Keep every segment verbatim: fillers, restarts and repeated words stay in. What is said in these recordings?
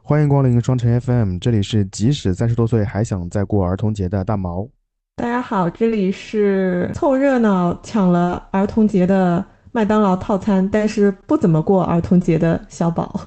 欢迎光临双城 F M，这里是即使三十多岁还想再过儿童节的大毛。 大家好，这里是凑热闹抢了儿童节的麦当劳套餐，但是不怎么过儿童节的小宝。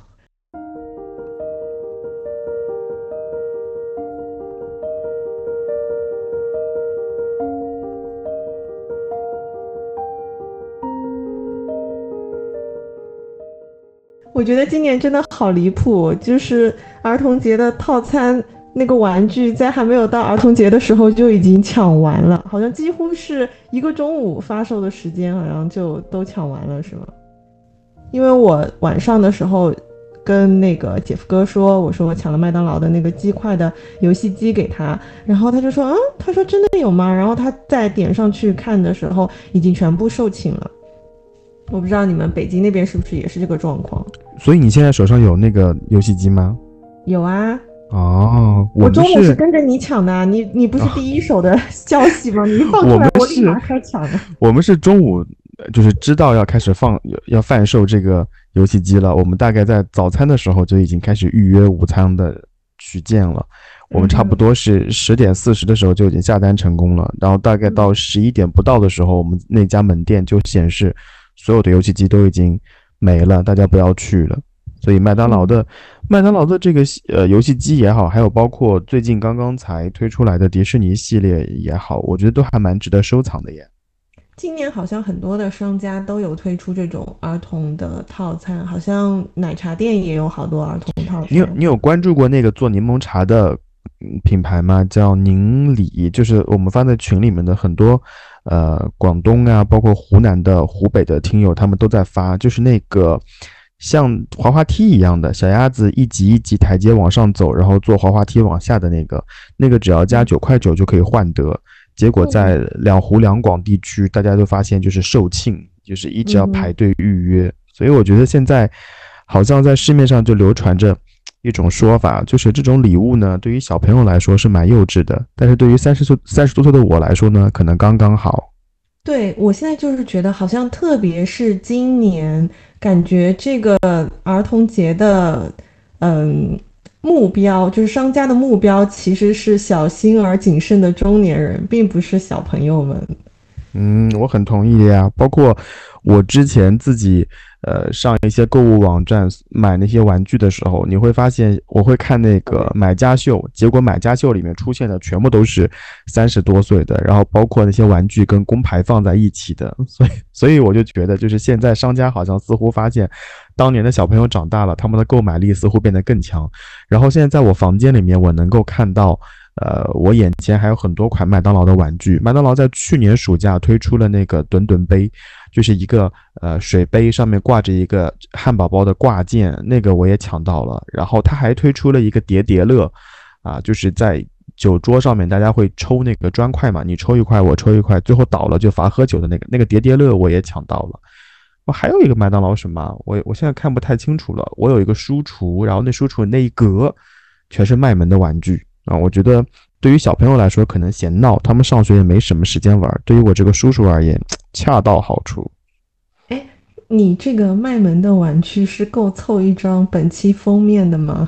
我觉得今年真的好离谱，就是儿童节的套餐那个玩具，在还没有到儿童节的时候就已经抢完了，好像几乎是一个中午发售的时间，好像就都抢完了，是吗？因为我晚上的时候跟那个姐夫哥说，我说我抢了麦当劳的那个鸡块的游戏机给他，然后他就说，嗯，他说真的有吗？然后他再点上去看的时候，已经全部售罄了。我不知道你们北京那边是不是也是这个状况？ 所以你现在手上有那个游戏机吗？ 有啊， 哦，我我中午是们是， 跟着你抢的啊，你你不是哦， 第一手的消息吗？你一放出我来， 们是， 我立马开抢的。 我们是中午呃就是知道要开始放要贩售这个游戏机了，我们大概在早餐的时候就已经开始预约午餐的取件了。我们差不嗯哼， 多是十点四十的时候就已经下单成功了，然后大概到十一点不到的时候，我们那家门店就显示所有的游戏机都已经没了，大家不要去了。所以麦当劳嗯， 的麦当劳的这个呃游戏机也好，还有包括最近刚刚才推出来的迪士尼系列也好，我觉得都还蛮值得收藏的耶。 今年好像很多的商家都有推出这种儿童的套餐，好像奶茶店也有好多儿童套餐。 你有你有关注过那个做柠檬茶的嗯品牌吗？叫宁理，就是我们发在群里面的很多呃广东啊，包括湖南的、湖北的听友，他们都在发，就是那个像滑滑梯一样的小鸭子一级一级台阶往上走，然后坐滑滑梯往下的那个，那个只要加九块九就可以换得。结果在嗯两湖两广地区，大家都发现就是售罄，就是一直要排嗯哼， 队预约。所以我觉得现在好像在市面上就流传着一种说法，就是这种礼物呢，对于小朋友来说是蛮幼稚的，但是对于三十岁三十多岁的我来说呢，可能刚刚好。 对，我现在就是觉得，好像特别是今年，感觉这个儿童节的，嗯，目标就是商家的目标，其实是小心而谨慎的中年人，并不是小朋友们。 嗯，我很同意的呀。包括我之前自己呃上一些购物网站买那些玩具的时候，你会发现我会看那个买家秀，结果买家秀里面出现的全部都是三十多岁的，然后包括那些玩具跟工牌放在一起的，所以所以我就觉得，就是现在商家好像似乎发现，当年的小朋友长大了，他们的购买力似乎变得更强。然后现在在我房间里面，我能够看到。呃，我眼前还有很多款麦当劳的玩具。麦当劳在去年暑假推出了那个墩墩杯，就是一个呃水杯上面挂着一个汉堡包的挂件，那个我也抢到了。然后他还推出了一个叠叠乐，啊，就是在酒桌上面大家会抽那个砖块嘛，你抽一块我抽一块，最后倒了就罚喝酒的那个那个叠叠乐我也抢到了。我还有一个麦当劳什么，我我现在看不太清楚了。我有一个书橱，然后那书橱那一格全是卖萌的玩具啊。我觉得对于小朋友来说可能嫌闹，他们上学也没什么时间玩。对于我这个叔叔而言，恰到好处。 哎，你这个卖萌的玩具是够凑一张本期封面的吗？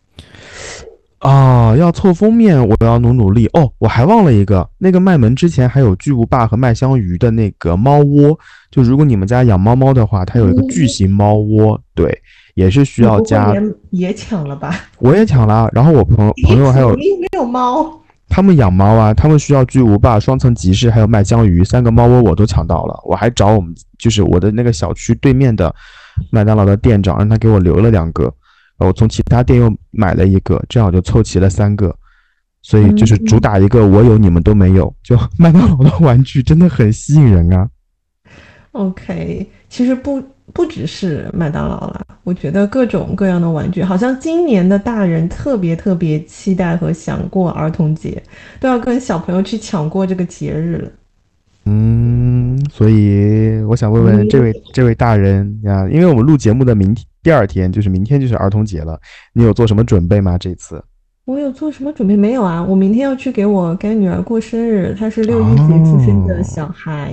啊，要凑封面，我要努努力哦。我还忘了一个，那个卖萌之前还有巨无霸和麦香鱼的那个猫窝，就如果你们家养猫猫的话，它有一个巨嗯， 型猫窝，对，也是需你不会要加。 也也抢了吧？ 我也抢了，然后我朋友朋离谱， 友还有你没有猫。 他们养猫啊，他们需要巨无霸、双层集市还有麦香鱼三个猫窝我都抢到了，我还找我们就是我的那个小区对面的麦当劳的店长，让他给我留了两个，我从其他店又买了一个，这样我就凑齐了三个。所以就是主嗯， 打一个我有你们都没有，就麦当劳的玩具真的很吸引人啊。 OK，其实不不只是麦当劳啦，我觉得各种各样的玩具，好像今年的大人特别特别期待和想过儿童节，都要跟小朋友去抢过这个节日了。 嗯，所以我想问问这位你这位大人呀，因为我们录节目的明天第二天就是明天就是儿童节了，你有做什么准备吗？这次？ 我有做什么准备没有啊？我明天要去给我干女儿过生日，她是六一节出生的哦， 小孩。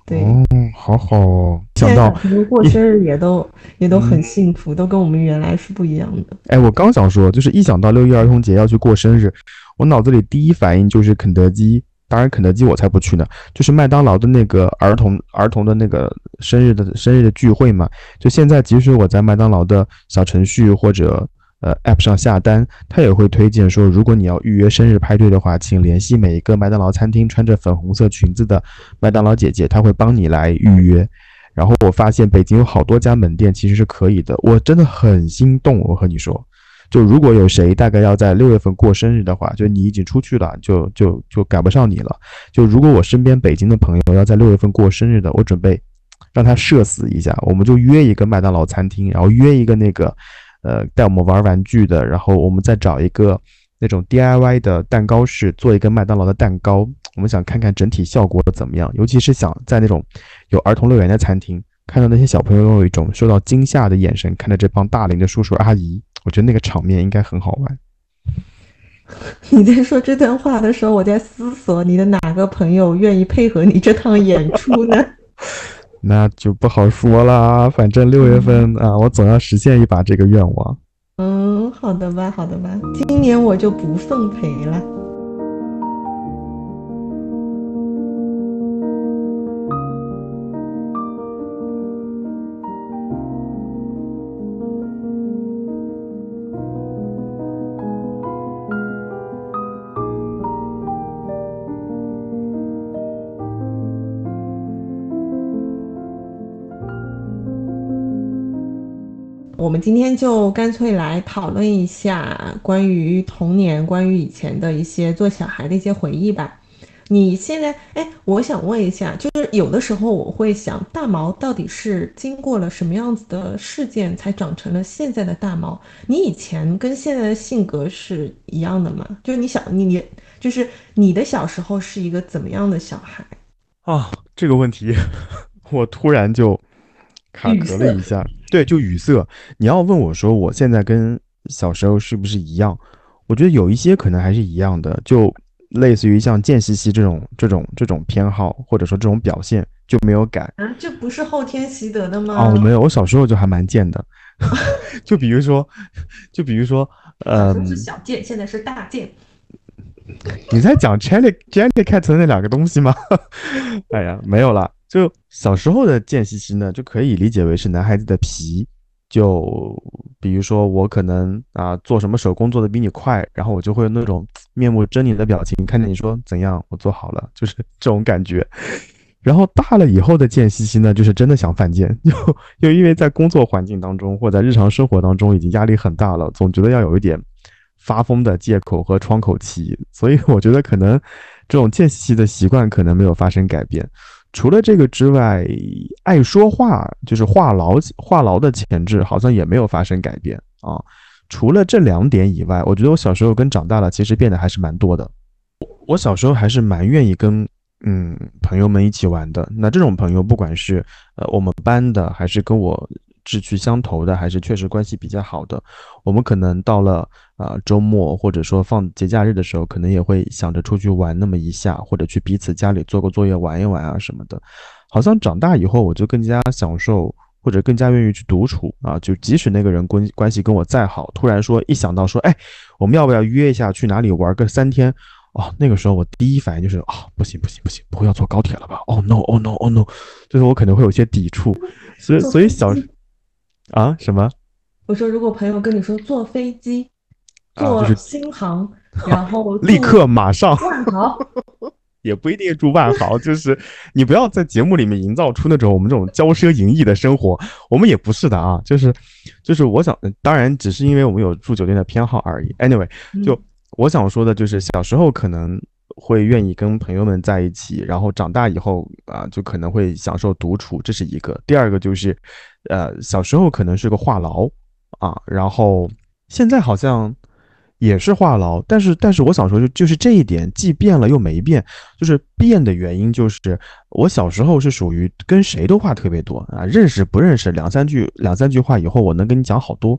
对， 哦，好好哦，想到现在小朋友过生日也都也都很幸福，都跟我们原来是不一样的。 哎，我刚想说，就是一想到六一儿童节要去过生日，我脑子里第一反应就是肯德基。当然，肯德基我才不去呢，就是麦当劳的那个儿童儿童的那个生日的生日的聚会嘛。就现在，即使我在麦当劳的小程序或者呃 App 上下单，它也会推荐说，如果你要预约生日派对的话，请联系每一个麦当劳餐厅穿着粉红色裙子的麦当劳姐姐，她会帮你来预约。然后我发现北京有好多家门店其实是可以的，我真的很心动。我和你说，就如果有谁大概要在六月份过生日的话，就你已经出去了，就就就赶不上你了。就如果我身边北京的朋友要在六月份过生日的，我准备让他社死一下，我们就约一个麦当劳餐厅，然后约一个那个呃带我们玩玩具的，然后我们再找一个那种 D I Y 的蛋糕室，做一个麦当劳的蛋糕。我们想看看整体效果怎么样，尤其是想在那种有儿童乐园的餐厅，看到那些小朋友用一种受到惊吓的眼神看着这帮大龄的叔叔阿姨，我觉得那个场面应该很好玩。 你在说这段话的时候，我在思索你的哪个朋友愿意配合你这趟演出呢？ 那就不好说啦，反正六月份啊，我总要实现一把这个愿望。 嗯，好的吧，好的吧，今年我就不奉陪了。我们今天就干脆来讨论一下关于童年，关于以前的一些做小孩的一些回忆吧。你现在，哎，我想问一下，就是有的时候我会想，大毛到底是经过了什么样子的事件才长成了现在的大毛？你以前跟现在的性格是一样的吗？就是你小，你你就是你的小时候是一个怎么样的小孩？ 啊，这个问题我突然就卡语塞。 壳了一下。对，就语塞。你要问我说我现在跟小时候是不是一样，我觉得有一些可能还是一样的，就类似于像贱兮兮这种这种这种偏好，或者说这种表现就没有改。 啊，这不是后天习得的哦， 吗？ 没有，我小时候就还蛮贱的。就比如说，就比如说， 小时候是嗯， 小健，现在是大健。 你在讲 Jelly Jellycat 的那两个东西吗？哎呀，没有啦。就小时候的贱兮兮呢，就可以理解为是男孩子的皮。就比如说我可能啊做什么手工做的比你快，然后我就会有那种面目狰狞的表情，看着你说怎样，我做好了，就是这种感觉。然后大了以后的贱兮兮呢，就是真的想犯贱，就就因为在工作环境当中或在日常生活当中已经压力很大了，总觉得要有一点发疯的借口和窗口期，所以我觉得可能这种贱兮兮的习惯可能没有发生改变。除了这个之外，爱说话就是话痨话痨的潜质好像也没有发生改变啊。除了这两点以外，我觉得我小时候跟长大了其实变得还是蛮多的。我小时候还是蛮愿意跟嗯朋友们一起玩的。那这种朋友，不管是呃我们班的，还是跟我志趣相投的，还是确实关系比较好的，我们可能到了啊、呃、周末或者说放节假日的时候，可能也会想着出去玩那么一下，或者去彼此家里做个作业玩一玩啊什么的。好像长大以后，我就更加享受。或者更加愿意去独处啊，就即使那个人关关系跟我再好，突然说一想到说，哎，我们要不要约一下去哪里玩个三天？哦，那个时候我第一反应就是啊、哦，不行不行不行，不会要坐高铁了吧？哦 no oh no oh no，就是我可能会有些抵触，所以所以小啊什么我说，如果朋友跟你说坐飞机、 啊，就坐是新航，然后立住刻马上。 万豪。 也不一定住万豪，就是你不要在节目里面营造出那种我们这种骄奢淫逸的生活，我们也不是的啊，就是就是我想，当然只是因为我们有住酒店的偏好而已。Anyway，就我想说的就是小时候可能会愿意跟朋友们在一起，然后长大以后啊，就可能会享受独处，这是一个。第二个就是，呃，小时候可能是个话痨啊，然后现在好像。也是话痨，但是但是我想说就就是这一点既变了又没变，就是变的原因就是我小时候是属于跟谁都话特别多啊，认识不认识两三句两三句话以后我能跟你讲好多，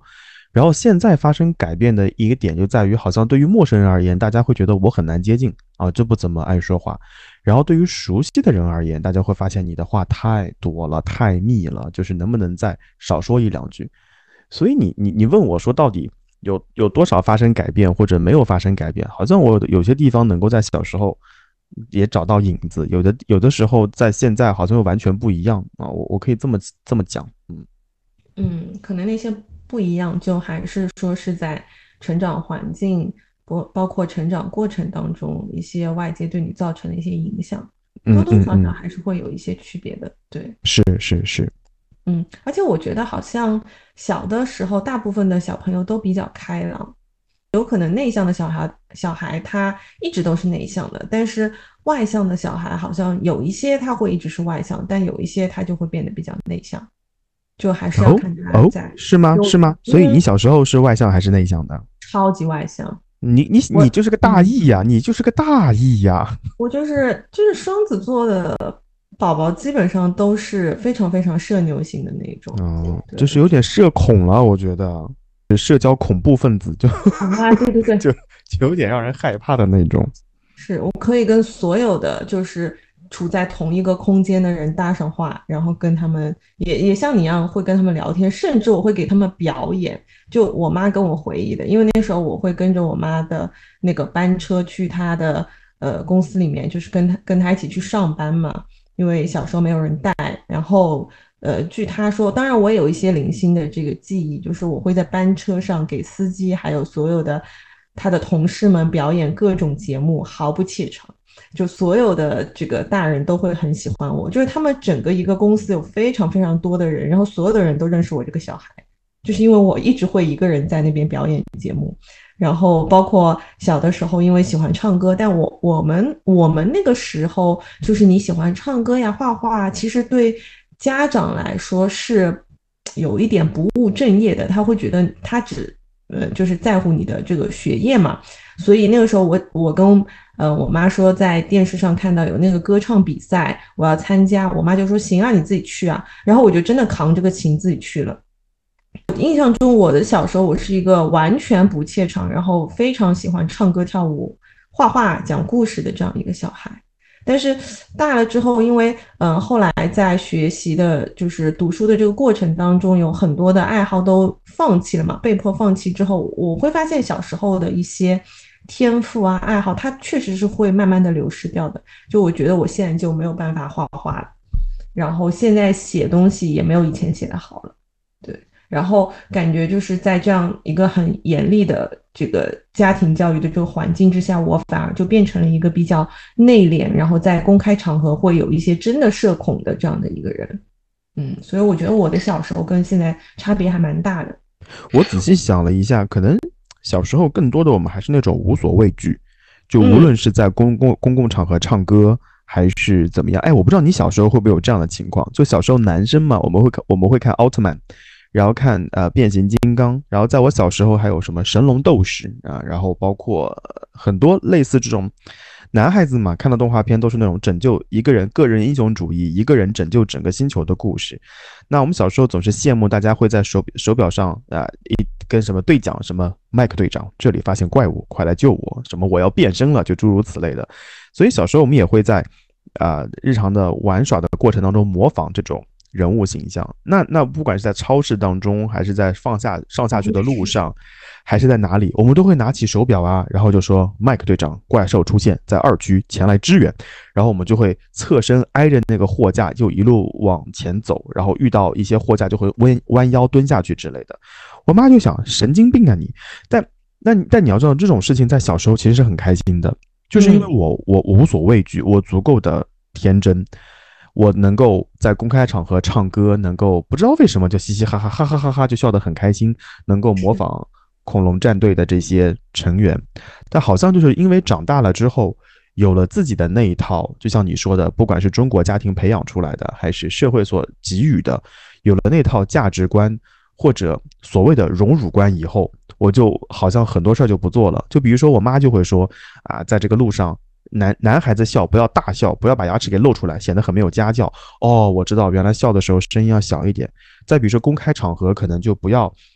然后现在发生改变的一个点就在于，好像对于陌生人而言，大家会觉得我很难接近啊，这不怎么爱说话。然后对于熟悉的人而言，大家会发现你的话太多了，太密了，就是能不能再少说一两句。所以你你你问我说到底有有多少发生改变或者没有发生改变？好像我有些地方能够在小时候也找到影子，有的有的时候在现在好像又完全不一样啊。我我可以这么这么讲，嗯嗯，可能那些不一样，就还是说是在成长环境，包包括成长过程当中一些外界对你造成的一些影响，多嗯多少少嗯嗯， 还是会有一些区别的。对。 是是是， 嗯，而且我觉得好像小的时候，大部分的小朋友都比较开朗，有可能内向的小孩，小孩他一直都是内向的，但是外向的小孩好像有一些他会一直是外向，但有一些他就会变得比较内向，就还是要哦看他哦， 在是吗？ 有， 是吗？所以你因为小时候是外向还是内向的？ 超级外向。 你你我你就是个大嗯， 意呀，你就是个大意呀。 我就是就是双子座的宝宝，基本上都是非常非常社牛型的那种。 嗯， 对。 就是有点社恐了，我觉得社交恐怖分子就啊，对对对， 就就有点让人害怕的那种。 是我可以跟所有的就是处在同一个空间的人搭上话，然后跟他们也也像你一样会跟他们聊天，甚至我会给他们表演。就我妈跟我回忆的，因为那时候我会跟着我妈的那个班车去她的呃公司里面，就是跟她跟她一起去上班嘛。因为小时候没有人带，然后呃，据她说，当然我也有一些零星的这个记忆，就是我会在班车上给司机还有所有的他的同事们表演各种节目，毫不怯场。就所有的这个大人都会很喜欢我，就是他们整个一个公司有非常非常多的人，然后所有的人都认识我这个小孩，就是因为我一直会一个人在那边表演节目。然后包括小的时候，因为喜欢唱歌，但我我们我们那个时候，就是你喜欢唱歌呀、画画，其实对家长来说是有一点不务正业的，他会觉得他只呃就是在乎你的这个学业嘛。所以那个时候我我跟呃我妈说，在电视上看到有那个歌唱比赛，我要参加，我妈就说行啊，你自己去啊。然后我就真的扛这个琴自己去了。印象中，我的小时候，我是一个完全不怯场，然后非常喜欢唱歌、跳舞、画画、讲故事的这样一个小孩。但是大了之后，因为嗯、呃，后来在学习的，就是读书的这个过程当中，有很多的爱好都放弃了嘛，被迫放弃之后，我会发现小时候的一些天赋啊、爱好，它确实是会慢慢的流失掉的。就我觉得我现在就没有办法画画了，然后现在写东西也没有以前写的好了。对。然后感觉就是在这样一个很严厉的这个家庭教育的这个环境之下，我反而就变成了一个比较内敛，然后在公开场合会有一些真的社恐的这样的一个人。嗯，所以我觉得我的小时候跟现在差别还蛮大的。 我仔细想了一下，可能小时候更多的我们还是那种无所畏惧，就无嗯， 论是在公共公共场合唱歌还是怎么样。哎，我不知道你小时候会不会有这样的情况，就小时候男生嘛，我们会看我们会看奥特曼，然后看呃变形金刚，然后在我小时候还有什么神龙斗士啊，然后包括、呃很多类似这种男孩子嘛，看的动画片都是那种拯救一个人个人英雄主义，一个人拯救整个星球的故事。那我们小时候总是羡慕大家会在手手表上啊、呃、一跟什么队长什么麦克队长，这里发现怪物，快来救我，什么我要变身了，就诸如此类的。所以小时候我们也会在啊、呃日常的玩耍的过程当中模仿这种人物形象。那那不管是在超市当中，还是在放下上下学的路上，还是在哪里，我们都会拿起手表啊，然后就说麦克队长，怪兽出现在二区，前来支援。然后我们就会侧身挨着那个货架，就一路往前走，然后遇到一些货架就会弯弯腰蹲下去之类的。我妈就想神经病啊你，但那但你要知道这种事情在小时候其实是很开心的，就是因为我我无所畏惧，我足够的天真，我能够在公开场合唱歌，能够不知道为什么就嘻嘻哈哈哈哈哈哈就笑得很开心，能够模仿恐龙战队的这些成员。但好像就是因为长大了之后，有了自己的那一套，就像你说的，不管是中国家庭培养出来的，还是社会所给予的，有了那套价值观或者所谓的荣辱观以后，我就好像很多事儿就不做了。就比如说我妈就会说啊，在这个路上男男孩子笑不要大笑，不要把牙齿给露出来，显得很没有家教。哦，我知道，原来笑的时候声音要小一点。再比如说公开场合，可能就不要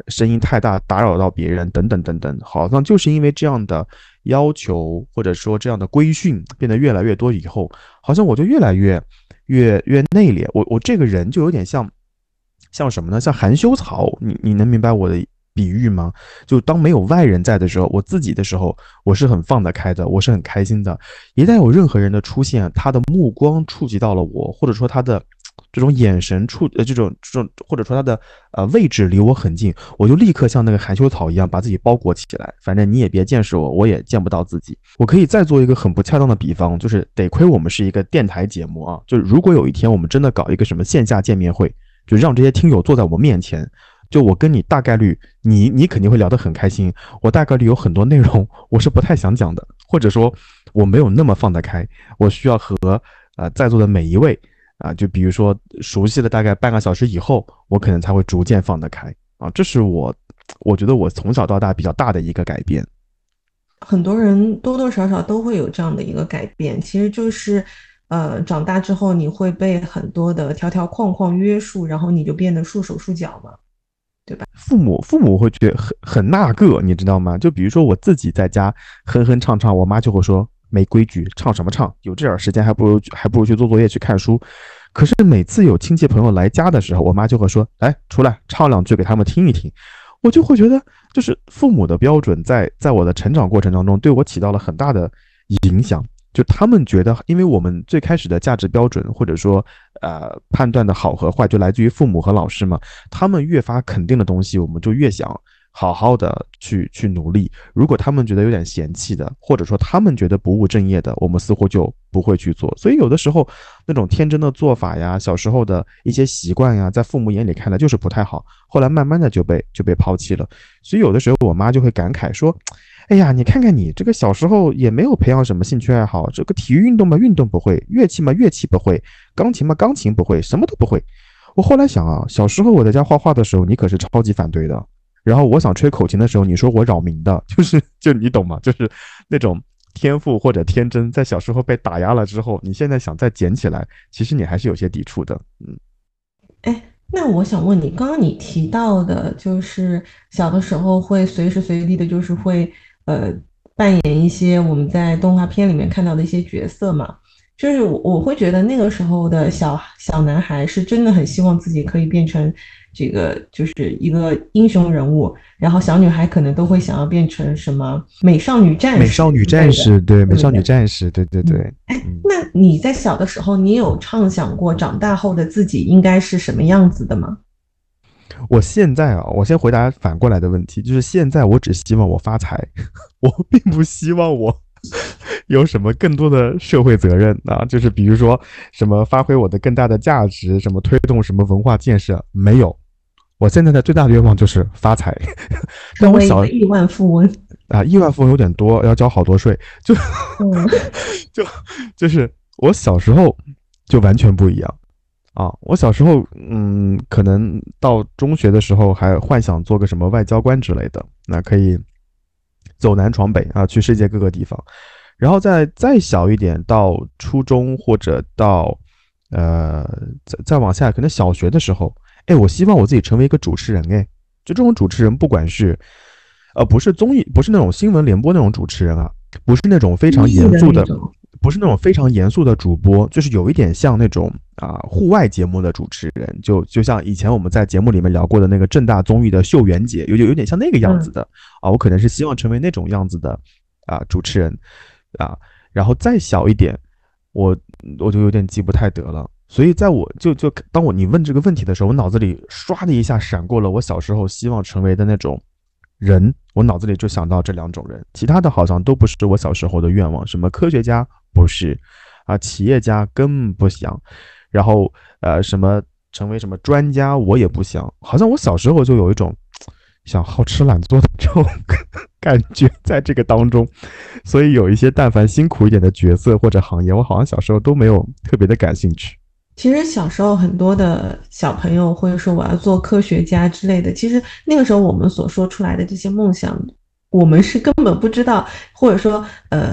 声音太大打扰到别人等等等等，好像就是因为这样的要求或者说这样的规训变得越来越多以后，好像我就越来越越越内敛，我我这个人就有点像像什么呢？像含羞草，你你能明白我的比喻吗？就当没有外人在的时候，我自己的时候，我是很放得开的，我是很开心的。一旦有任何人的出现，他的目光触及到了我，或者说他的这种眼神触呃这种这种，或者说他的呃位置离我很近，我就立刻像那个含羞草一样把自己包裹起来。反正你也别见识我，我也见不到自己。我可以再做一个很不恰当的比方，就是得亏我们是一个电台节目啊，就是如果有一天我们真的搞一个什么线下见面会，就让这些听友坐在我面前。就我跟你大概率，你你肯定会聊得很开心，我大概率有很多内容我是不太想讲的，或者说我没有那么放得开，我需要和呃在座的每一位啊、呃，就比如说熟悉了大概半个小时以后，我可能才会逐渐放得开啊，这是我我觉得我从小到大比较大的一个改变。 很多人多多少少都会有这样的一个改变，其实就是呃长大之后你会被很多的条条框框约束，然后你就变得束手束脚嘛。对吧？ 父母父母会觉得很很那个，你知道吗？就比如说我自己在家哼哼唱唱，我妈就会说没规矩，唱什么唱？有这点时间还不如还不如去做作业去看书。可是每次有亲戚朋友来家的时候，我妈就会说：“来，出来唱两句给他们听一听。”我就会觉得，就是父母的标准在在我的成长过程当中对我起到了很大的影响。就他们觉得，因为我们最开始的价值标准或者说呃判断的好和坏，就来自于父母和老师嘛。他们越发肯定的东西，我们就越想好好的去去努力。如果他们觉得有点嫌弃的，或者说他们觉得不务正业的，我们似乎就不会去做。所以有的时候那种天真的做法呀，小时候的一些习惯呀，在父母眼里看来就是不太好，后来慢慢的就被就被抛弃了。所以有的时候我妈就会感慨说，哎呀，你看看你这个小时候也没有培养什么兴趣爱好，这个体育运动嘛运动不会，乐器嘛乐器不会，钢琴嘛钢琴不会，什么都不会。我后来想啊，小时候我在家画画的时候，你可是超级反对的。然后我想吹口琴的时候，你说我扰民的，就是就你懂吗？就是那种天赋或者天真，在小时候被打压了之后，你现在想再捡起来，其实你还是有些抵触的。嗯， 哎，那我想问你，刚刚你提到的，就是小的时候会随时随地的，就是会呃扮演一些我们在动画片里面看到的一些角色嘛？就是我我会觉得那个时候的小小男孩是真的很希望自己可以变成这个就是一个英雄人物，然后小女孩可能都会想要变成什么美少女战士， 美少女战士，对，美少女战士，对对对。 哎，那你在小的时候，你有畅想过长大后的自己应该是什么样子的吗？ 我现在啊，我先回答反过来的问题，就是现在我只希望我发财，我并不希望我有什么更多的社会责任啊，就是比如说什么发挥我的更大的价值，什么推动什么文化建设，没有。我现在的最大的愿望就是发财。但我小亿万富翁啊，亿万富翁有点多，要交好多税，就、嗯、就就是我小时候就完全不一样啊！我小时候，嗯，可能到中学的时候还幻想做个什么外交官之类的，那可以走南闯北啊，去世界各个地方。然后再再小一点，到初中或者到呃再再往下，可能小学的时候。哎，我希望我自己成为一个主持人，哎，就这种主持人，不管是，呃，不是综艺，不是那种新闻联播那种主持人啊，不是那种非常严肃的，不是那种非常严肃的主播，就是有一点像那种啊、呃、户外节目的主持人，就就像以前我们在节目里面聊过的那个正大综艺的秀媛姐，有有点像那个样子的、嗯、啊，我可能是希望成为那种样子的啊、呃、主持人啊，然后再小一点，我我就有点记不太得了。所以在我就就当我你问这个问题的时候，我脑子里唰的一下闪过了我小时候希望成为的那种人，我脑子里就想到这两种人，其他的好像都不是我小时候的愿望，什么科学家不是啊，企业家更不想，然后呃什么成为什么专家我也不想，好像我小时候就有一种想好吃懒做的这种感觉在这个当中，所以有一些但凡辛苦一点的角色或者行业，我好像小时候都没有特别的感兴趣。 其实小时候很多的小朋友会说我要做科学家之类的，其实那个时候我们所说出来的这些梦想，我们是根本不知道，或者说呃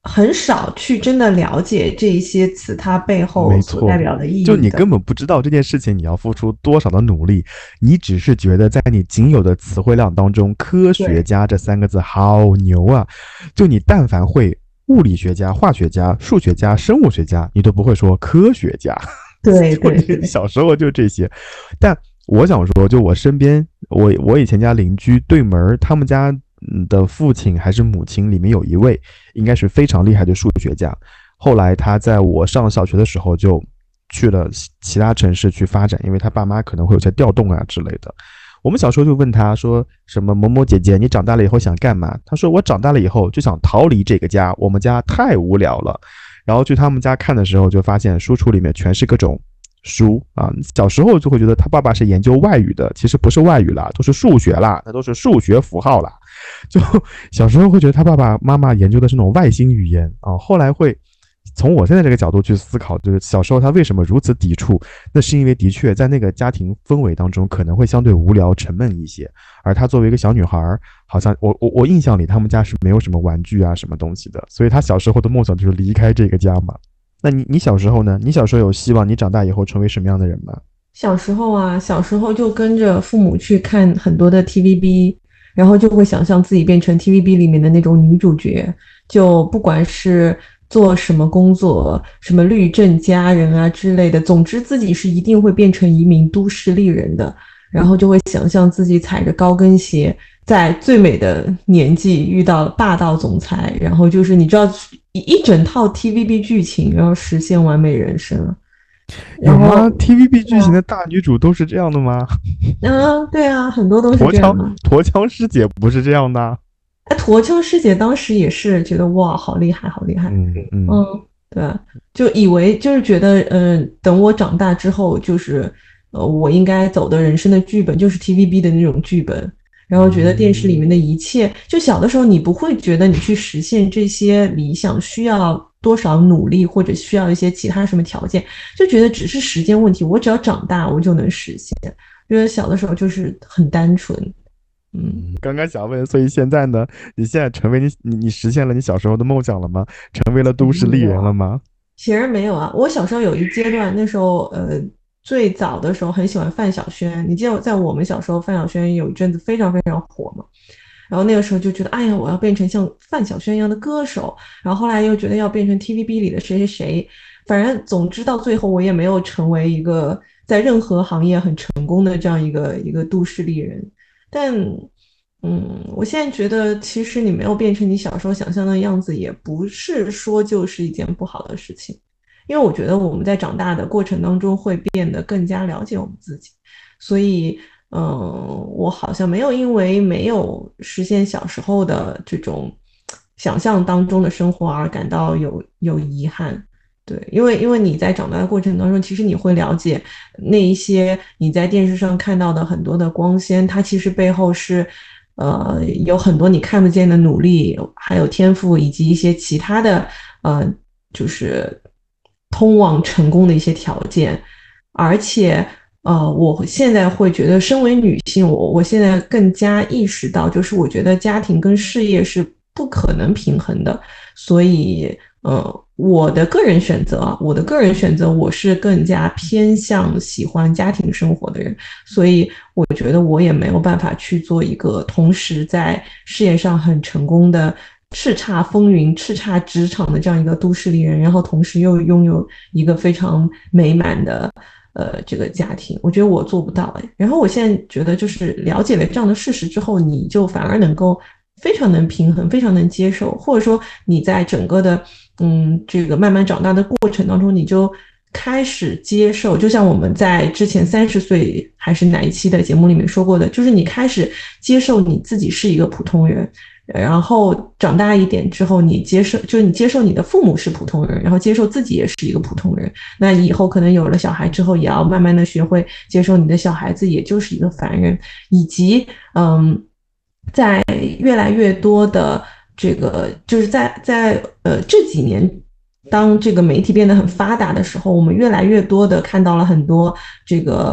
很少去真的了解这些词它背后所代表的意义的。 就你根本不知道这件事情你要付出多少的努力，你只是觉得在你仅有的词汇量当中，科学家这三个字好牛啊！就你但凡会物理学家、化学家、数学家、生物学家，你都不会说科学家。 对对对， 小时候就这些。但我想说，就我身边，我我以前家邻居对门，他们家的父亲还是母亲里面有一位应该是非常厉害的数学家，后来他在我上小学的时候就去了其他城市去发展，因为他爸妈可能会有些调动啊之类的。我们小时候就问他说什么某某姐姐你长大了以后想干嘛，他说我长大了以后就想逃离这个家，我们家太无聊了。然后去他们家看的时候就发现书橱里面全是各种书啊，小时候就会觉得他爸爸是研究外语的，其实不是外语啦，都是数学啦，那都是数学符号啦。就小时候会觉得他爸爸妈妈研究的是那种外星语言啊，后来会从我现在这个角度去思考，就是小时候他为什么如此抵触，那是因为的确在那个家庭氛围当中可能会相对无聊沉闷一些，而他作为一个小女孩，好像我我我印象里他们家是没有什么玩具啊什么东西的，所以他小时候的梦想就是离开这个家嘛。那你你小时候呢？你小时候有希望你长大以后成为什么样的人吗？ 小时候啊，小时候就跟着父母去看很多的 T V B， 然后就会想象自己变成 T V B 里面的那种女主角，就不管是做什么工作，什么律政佳人啊之类的，总之自己是一定会变成一名都市丽人的，然后就会想象自己踩着高跟鞋在最美的年纪遇到霸道总裁，然后就是你知道一整套 T V B 剧情，然后实现完美人生。 有吗 ？T V B 剧情的大女主都是这样的吗？ 啊，对啊，很多都是这样的。 驼枪师姐不是这样的。 哎，驼枪师姐当时也是觉得哇，好厉害，好厉害。 嗯嗯嗯，对啊，就以为就是觉得，嗯、呃，等我长大之后，就是呃，我应该走的人生的剧本就是 T V B 的那种剧本。然后觉得电视里面的一切，就小的时候你不会觉得你去实现这些理想需要多少努力，或者需要一些其他什么条件，就觉得只是时间问题，我只要长大我就能实现。觉得小的时候就是很单纯。嗯， 刚刚想问，所以现在呢？你现在成为你你你实现了你小时候的梦想了吗？成为了都市丽人了吗？ 显然没有啊！我小时候有一阶段，那时候呃。最早的时候很喜欢范晓萱，你记得在我们小时候范晓萱有一阵子非常非常火嘛，然后那个时候就觉得哎呀我要变成像范晓萱一样的歌手，然后后来又觉得要变成 T V B 里的谁谁谁，反正总之到最后我也没有成为一个在任何行业很成功的这样一个一个都市丽人。但嗯，我现在觉得其实你没有变成你小时候想象的样子，也不是说就是一件不好的事情。因为我觉得我们在长大的过程当中会变得更加了解我们自己，所以嗯、呃，我好像没有因为没有实现小时候的这种想象当中的生活而感到有有遗憾。对，因为因为你在长大的过程当中，其实你会了解那一些你在电视上看到的很多的光鲜，它其实背后是呃有很多你看不见的努力，还有天赋，以及一些其他的呃就是通往成功的一些条件。而且呃，我现在会觉得身为女性，我我现在更加意识到，就是我觉得家庭跟事业是不可能平衡的，所以呃，我的个人选择啊，我的个人选择，我是更加偏向喜欢家庭生活的人，所以我觉得我也没有办法去做一个同时在事业上很成功的叱咤风云、叱咤职场的这样一个都市丽人，然后同时又拥有一个非常美满的呃这个家庭，我觉得我做不到哎。然后我现在觉得，就是了解了这样的事实之后，你就反而能够非常能平衡，非常能接受，或者说你在整个的嗯这个慢慢长大的过程当中，你就开始接受，就像我们在之前三十岁还是哪一期的节目里面说过的，就是你开始接受你自己是一个普通人。然后长大一点之后，你接受，就是你接受你的父母是普通人，然后接受自己也是一个普通人。那以后可能有了小孩之后，也要慢慢的学会接受你的小孩子也就是一个凡人，以及嗯，在越来越多的这个，就是在在呃这几年，当这个媒体变得很发达的时候，我们越来越多的看到了很多这个。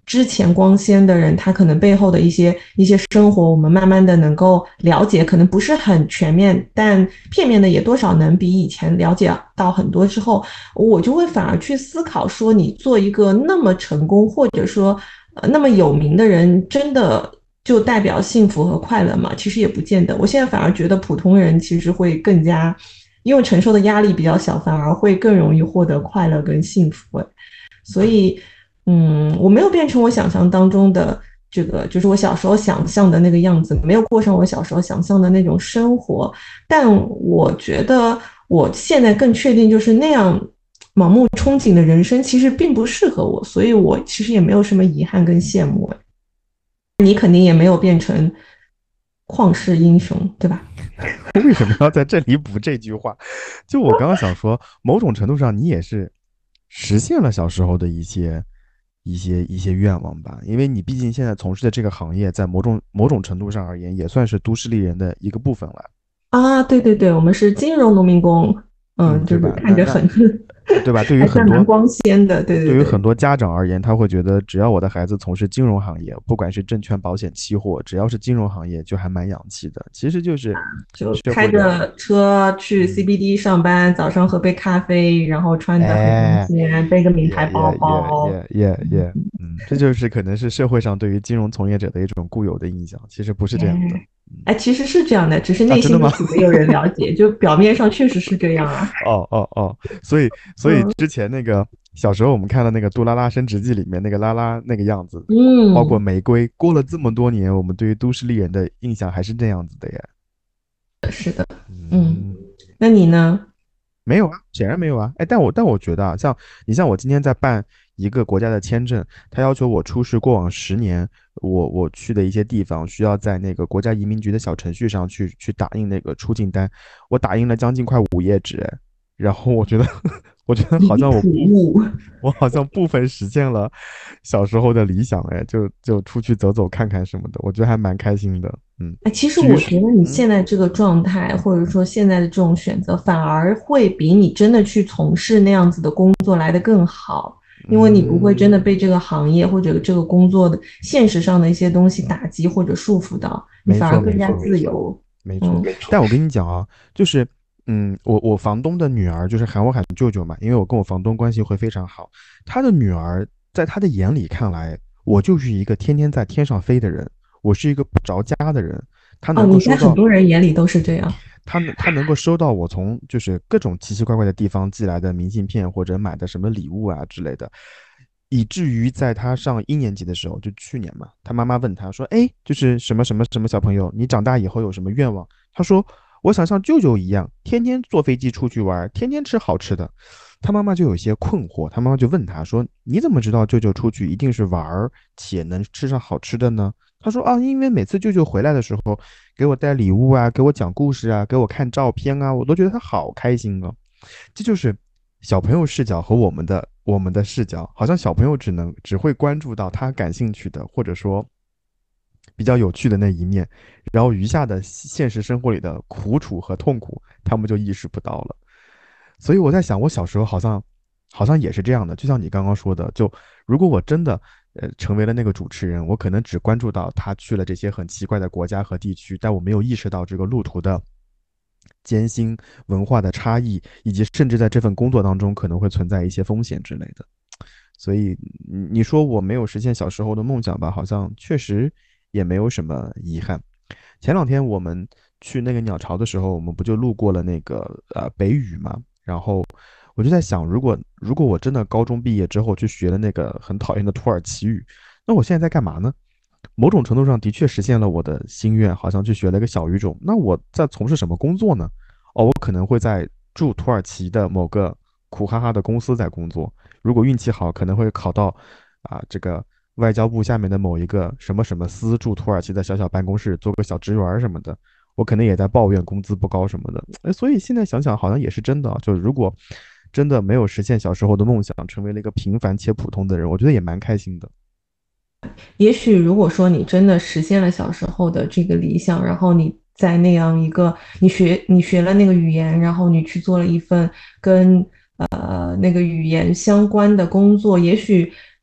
之前光鲜的人，他可能背后的一些一些生活，我们慢慢的能够了解，可能不是很全面，但片面的也多少能比以前了解到很多之后，我就会反而去思考说，你做一个那么成功，或者说呃那么有名的人，真的就代表幸福和快乐吗？其实也不见得。我现在反而觉得普通人其实会更加，因为承受的压力比较小，反而会更容易获得快乐跟幸福。所以，嗯，我没有变成我想象当中的这个，就是我小时候想象的那个样子，没有过上我小时候想象的那种生活。但我觉得我现在更确定，就是那样盲目憧憬的人生其实并不适合我，所以我其实也没有什么遗憾跟羡慕。你肯定也没有变成旷世英雄，对吧？ 为什么要在这里补这句话？就我刚刚想说，某种程度上你也是实现了小时候的一些一些一些愿望吧，因为你毕竟现在从事的这个行业，在某种某种程度上而言，也算是都市丽人的一个部分了。 啊，对对对，我们是金融农民工， 嗯， 嗯，就是对吧？那那看着很对吧？对于还很多算蛮光鲜的，对对对。 对于很多家长而言，他会觉得只要我的孩子从事金融行业，不管是证券、保险、期货，只要是金融行业，就还蛮洋气的。其实就是就社会的， 开着车去嗯， C B D 上班，早上喝杯咖啡，然后穿得很光哎， 鲜，背个名牌包也也也包。 也也也，嗯，这就是可能是社会上对于金融从业者的一种固有的印象，其实不是这样的。 哎，哎，其实是这样的，只是啊， 内真的吗？ 心戏没有人了解，就表面上确实是这样啊。 哦哦哦，所以所以嗯之前那个小时候我们看的那个《杜拉拉升职记》里面那个拉拉那个样子，包括嗯， 玫瑰，过了这么多年，我们对于都市丽人的印象还是这样子的呀。 是的，嗯， 嗯， 那你呢？ 没有啊，显然没有啊。哎，但我但我觉得啊，像你像我今天在办一个国家的签证，他要求我出示过往十年我我去的一些地方，需要在那个国家移民局的小程序上去去打印那个出境单，我打印了将近快五页纸，哎，然后我觉得我觉得好离谱像我部物。 我好像部分实现了小时候的理想，哎，就就出去走走看看什么的，我觉得还蛮开心的。嗯， 哎，其实至于是我觉得你嗯现在这个状态，或者说现在的这种选择，反而会比你真的去从事那样子的工作来得更好，因为你不会真的嗯， 被这个行业或者这个工作的现实上的一些东西打击或者束缚到，你没反而更加错没错自由。 没错。 嗯， 但我跟你讲啊，就是嗯，我我房东的女儿就是喊我喊舅舅嘛，因为我跟我房东关系会非常好。他的女儿在他的眼里看来，我就是一个天天在天上飞的人，我是一个不着家的人。他哦， 能够你在很收到多人眼里都是这样。 他能他能够收到我从就是各种奇奇怪怪的地方寄来的明信片或者买的什么礼物啊之类的，以至于在他上一年级的时候，就去年嘛，他妈妈问他说：“哎，就是什么什么什么小朋友，你长大以后有什么愿望？”他说：“我想像舅舅一样，天天坐飞机出去玩，天天吃好吃的。”他妈妈就有些困惑，他妈妈就问他说：“你怎么知道舅舅出去一定是玩且能吃上好吃的呢？”他说：“啊，因为每次舅舅回来的时候，给我带礼物啊，给我讲故事啊，给我看照片啊，我都觉得他好开心啊。”这就是小朋友视角和我们的我们的视角，好像小朋友只能只会关注到他感兴趣的，或者说比较有趣的那一面，然后余下的现实生活里的苦楚和痛苦，他们就意识不到了。所以我在想，我小时候好像好像也是这样的，就像你刚刚说的，就如果我真的呃成为了那个主持人，我可能只关注到他去了这些很奇怪的国家和地区，但我没有意识到这个路途的艰辛、文化的差异，以及甚至在这份工作当中可能会存在一些风险之类的。所以你说我没有实现小时候的梦想吧，好像确实也没有什么遗憾。前两天我们去那个鸟巢的时候，我们不就路过了那个呃北语嘛？然后我就在想，如果如果我真的高中毕业之后去学了那个很讨厌的土耳其语，那我现在在干嘛呢？某种程度上的确实现了我的心愿，好像去学了一个小语种。那我在从事什么工作呢？哦，我可能会在驻土耳其的某个苦哈哈的公司在工作。如果运气好，可能会考到啊这个外交部下面的某一个什么什么司驻土耳其的小小办公室，做个小职员什么的。我可能也在抱怨工资不高什么的。哎，所以现在想想，好像也是真的啊。就如果真的没有实现小时候的梦想，成为了一个平凡且普通的人，我觉得也蛮开心的。 也许如果说你真的实现了小时候的这个理想，然后你在那样一个你学你学了那个语言，然后你去做了一份跟呃那个语言相关的工作，也许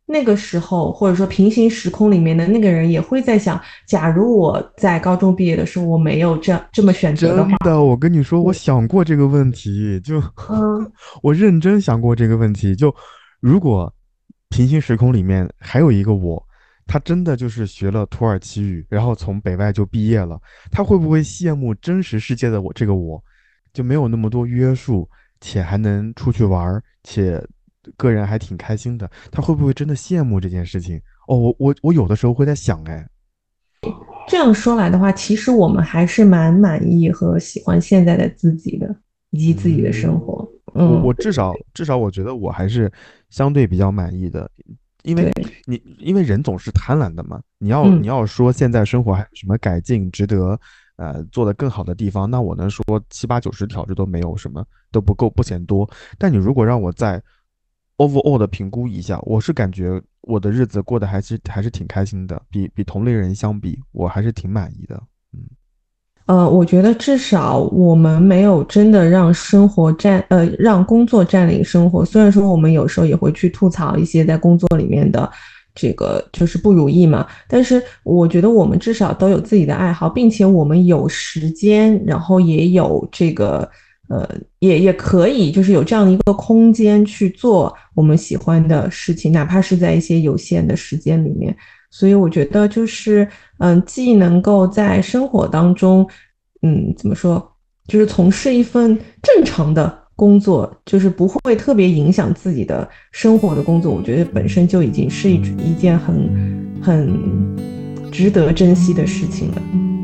那个时候或者说平行时空里面的那个人也会在想，假如我在高中毕业的时候我没有这样这么选择的话。 真的，我跟你说，我想过这个问题，就嗯我认真想过这个问题，就如果平行时空里面还有一个我，他真的就是学了土耳其语，然后从北外就毕业了，他会不会羡慕真实世界的我这个我，就没有那么多约束，且还能出去玩儿，且个人还挺开心的，他会不会真的羡慕这件事情？哦，我我我有的时候会在想，哎。 这样说来的话，其实我们还是蛮满意和喜欢现在的自己的，以及自己的生嗯， 活。嗯， 我我至少至少我觉得我还是相对比较满意的，因为对， 你因为人总是贪婪的嘛，你要嗯。 你要说现在生活还有什么改进值得呃做得更好的地方，那我能说七八九十条这都没有什么，都不够不嫌多。但你如果让我在 overall 的评估一下，我是感觉我的日子过得还是还是挺开心的，比比同龄人相比，我还是挺满意的。嗯呃，我觉得至少我们没有真的让生活占，呃，让工作占领生活。虽然说我们有时候也会去吐槽一些在工作里面的这个就是不如意嘛，但是我觉得我们至少都有自己的爱好，并且我们有时间，然后也有这个，呃，也也可以就是有这样的一个空间去做我们喜欢的事情，哪怕是在一些有限的时间里面。所以我觉得就是，嗯，既能够在生活当中，嗯，怎么说，就是从事一份正常的工作，就是不会特别影响自己的生活的工作，我觉得本身就已经是一一件很很值得珍惜的事情了。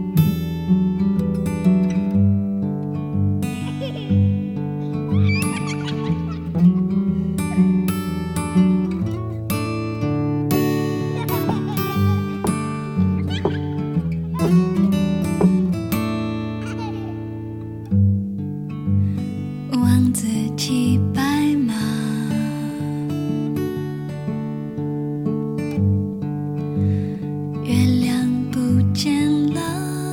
王子骑白马，月亮不见了，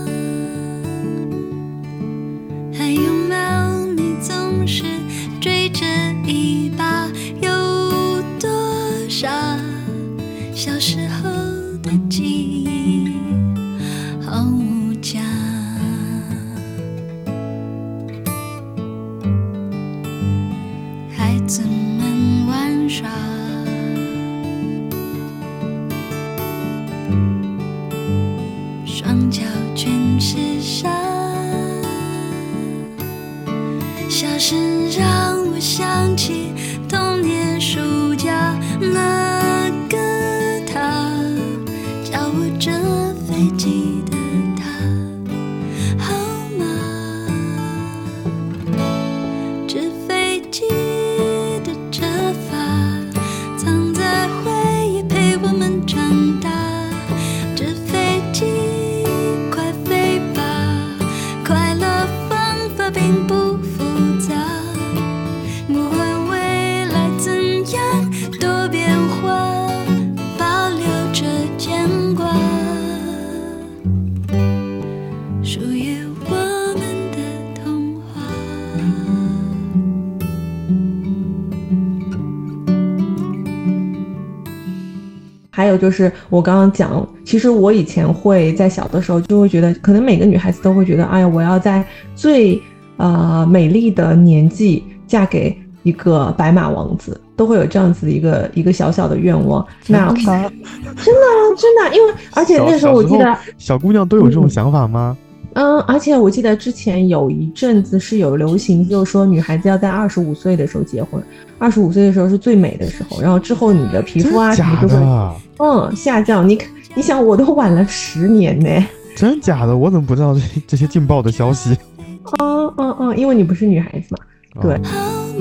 还有没有你总是追着一把，有多少小时候的记忆好无价。孩子们玩耍，双脚全是沙，笑声让我想起童年暑假，那个他教我折飞机的他，好吗？纸飞机的折法，藏在回忆陪我们长大。纸飞机快飞吧，快乐方法并不复杂，不管未来怎样多变化，保留着牵挂，属于我们的童话。 还有就是我刚刚讲，其实我以前会在小的时候就会觉得，可能每个女孩子都会觉得，哎呀，我要在最呃美丽的年纪嫁给一个白马王子，都会有这样子一个一个小小的愿望。那真的吗？ 真的啊真的啊，因为而且那时候我记得， 小小姑娘都有这种想法吗？ 嗯，而且我记得之前有一阵子是有流行，就是说女孩子要在二十五岁的时候结婚，二十五岁的时候是最美的时候，然后之后你的皮肤啊什么假就会的？ 嗯下降。你你想，我都晚了十年呢。 真假的？我怎么不知道这这些劲爆的消息？ 嗯嗯嗯，因为你不是女孩子嘛。对， 哦好吗？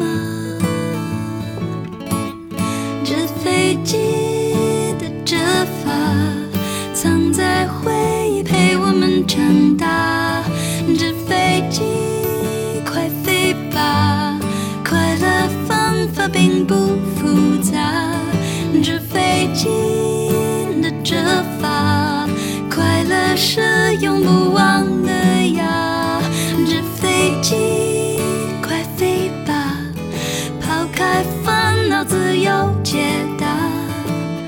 纸飞机的折法，藏在回忆陪我们长大。纸飞机快飞吧，快乐方法并不复杂。纸飞机的折法，快乐是永不忘的呀。纸飞机快飞吧，抛开烦恼，自由解答，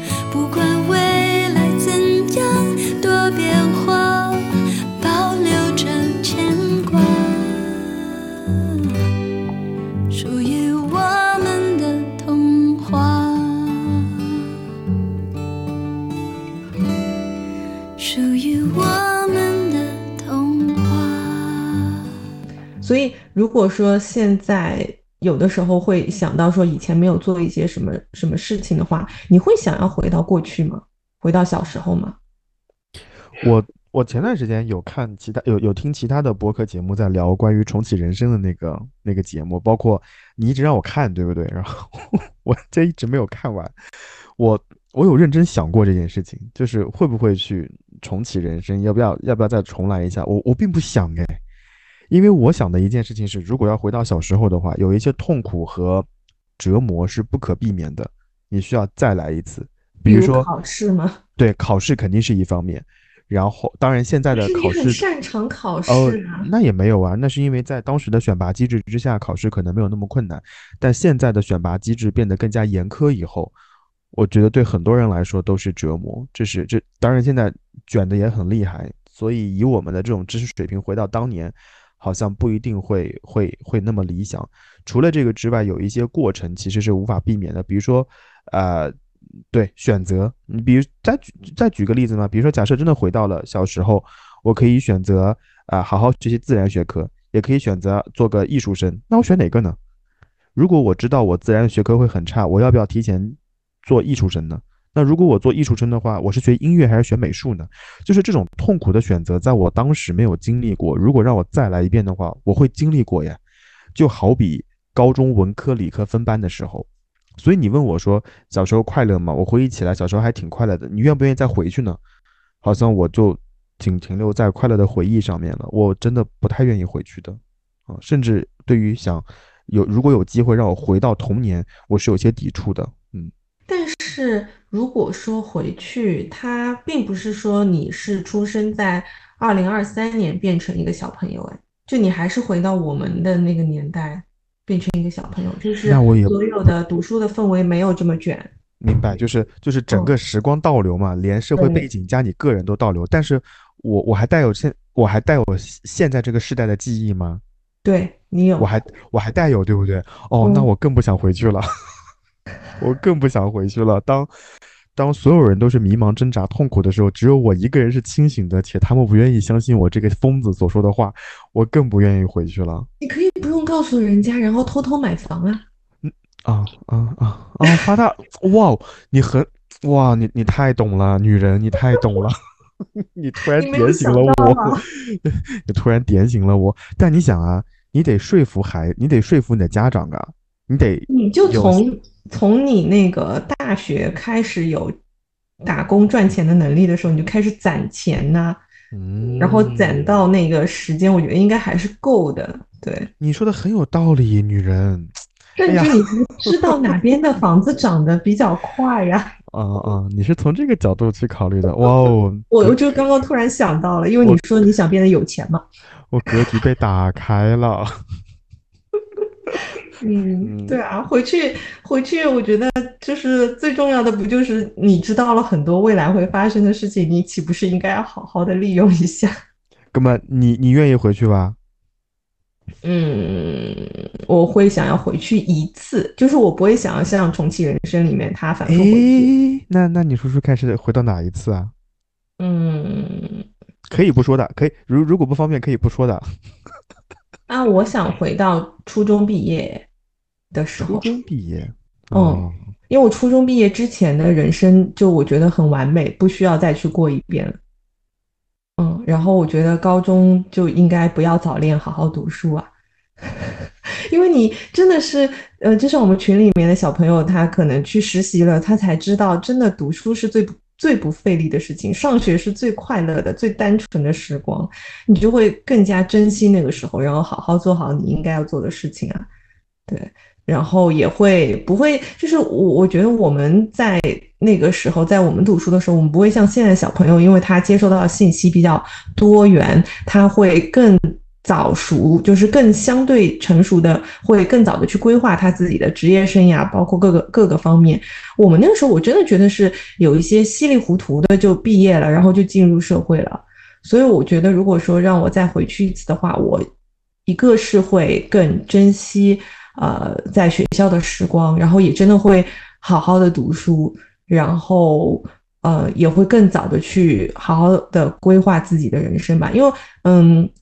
所以如果说现在有的时候会想到说以前没有做一些什么什么事情的话，你会想要回到过去吗？回到小时候吗？ 我我前段时间有看其他有有听其他的播客节目在聊关于重启人生的那个那个节目，包括你一直让我看，对不对？然后我这一直没有看完。我我有认真想过这件事情，就是会不会去重启人生，要不要要不要再重来一下？我我并不想哎，因为我想的一件事情是，如果要回到小时候的话，有一些痛苦和折磨是不可避免的，你需要再来一次。比如说， 比如考试吗？ 对，考试肯定是一方面，然后当然现在可是你很的考试， 擅长考哦， 试啊。 那也没有啊，那是因为在当时的选拔机制之下，考试可能没有那么困难，但现在的选拔机制变得更加严苛以后，我觉得对很多人来说都是折磨。这是这当然现在卷的也很厉害，所以以我们的这种知识水平回到当年，好像不一定会会会那么理想。除了这个之外，有一些过程其实是无法避免的，比如说，呃，对，选择，你比如再举再举个例子嘛，比如说假设真的回到了小时候，我可以选择啊、呃好好学习自然学科，也可以选择做个艺术生，那我选哪个呢？如果我知道我自然学科会很差，我要不要提前做艺术生呢？那如果我做艺术生的话，我是学音乐还是学美术呢？就是这种痛苦的选择，在我当时没有经历过，如果让我再来一遍的话，我会经历过呀。就好比高中文科理科分班的时候，所以你问我说小时候快乐吗？我回忆起来小时候还挺快乐的，你愿不愿意再回去呢？好像我就仅停留在快乐的回忆上面了，我真的不太愿意回去的啊，甚至对于想有如果有机会让我回到童年，我是有些抵触的。嗯， 但是如果说回去，它并不是说你是出生在二零二三年变成一个小朋友，哎，就你还是回到我们的那个年代变成一个小朋友，就是那我也所有的读书的氛围没有这么卷。 明白，就是就是整嗯， 个时光倒流嘛，连社会背对景加你个人都倒流，但是我我还带有现我还带有现在这个时代的记忆吗？ 对，你有。 我还我还带有，对不对？哦，那嗯， 我更不想回去了，我更不想回去了。当当所有人都是迷茫、挣扎、痛苦的时候，只有我一个人是清醒的，且他们不愿意相信我这个疯子所说的话，我更不愿意回去了。 你可以不用告诉人家，然后偷偷买房啊。 嗯啊啊啊啊！发大哇，你很哇，你你太懂了，女人，你太懂了，你突然你没有点醒想到了我， 吗？ 你突然点醒了我。但你想啊，你得说服孩，你得说服你的家长啊，你得你就有从从你那个大学开始有打工赚钱的能力的时候，你就开始攒钱呐、然后攒嗯， 到那个时间，我觉得应该还是够的。对， 你说的很有道理，女人。哎呀， 甚至你还知道哪边的房子涨得比较快呀。 啊啊，你是从这个角度去考虑的，哇哦，格我我就刚刚突然想到了，因为你我说你想变得有钱嘛。 我格局被打开了， 嗯， 嗯。 对啊，回去回去，我觉得就是最重要的，不就是你知道了很多未来会发生的事情，你岂不是应该要好好的利用一下？ 哥们，你你愿意回去吧？ 嗯，我会想要回去一次，就是我不会想要像重启人生里面他反复回去。 诶，那那你说说看是回到哪一次啊？ 嗯， 可以不说的，可以，如如果不方便可以不说的。 啊，我想回到初中毕业的时初候。 中毕业， 嗯， 哦， 因为我初中毕业之前的人生就我觉得很完美，不需要再去过一遍了。嗯，然后我觉得高中就应该不要早恋，好好读书啊。因为你真的是，呃，就像我们群里面的小朋友，他可能去实习了，他才知道，真的读书是最不最不费力的事情，上学是最快乐的、最单纯的时光，你就会更加珍惜那个时候，然后好好做好你应该要做的事情啊。对，然后也会不会，就是我我觉得我们在那个时候，在我们读书的时候，我们不会像现在的小朋友，因为他接收到的信息比较多元，他会更早熟，就是更相对成熟的，会更早的去规划他自己的职业生涯，包括各个各个方面。我们那个时候，我真的觉得是有一些稀里糊涂的就毕业了，然后就进入社会了。所以我觉得，如果说让我再回去一次的话，我一个是会更珍惜呃在学校的时光，然后也真的会好好的读书，然后呃也会更早的去好好的规划自己的人生吧。因为嗯，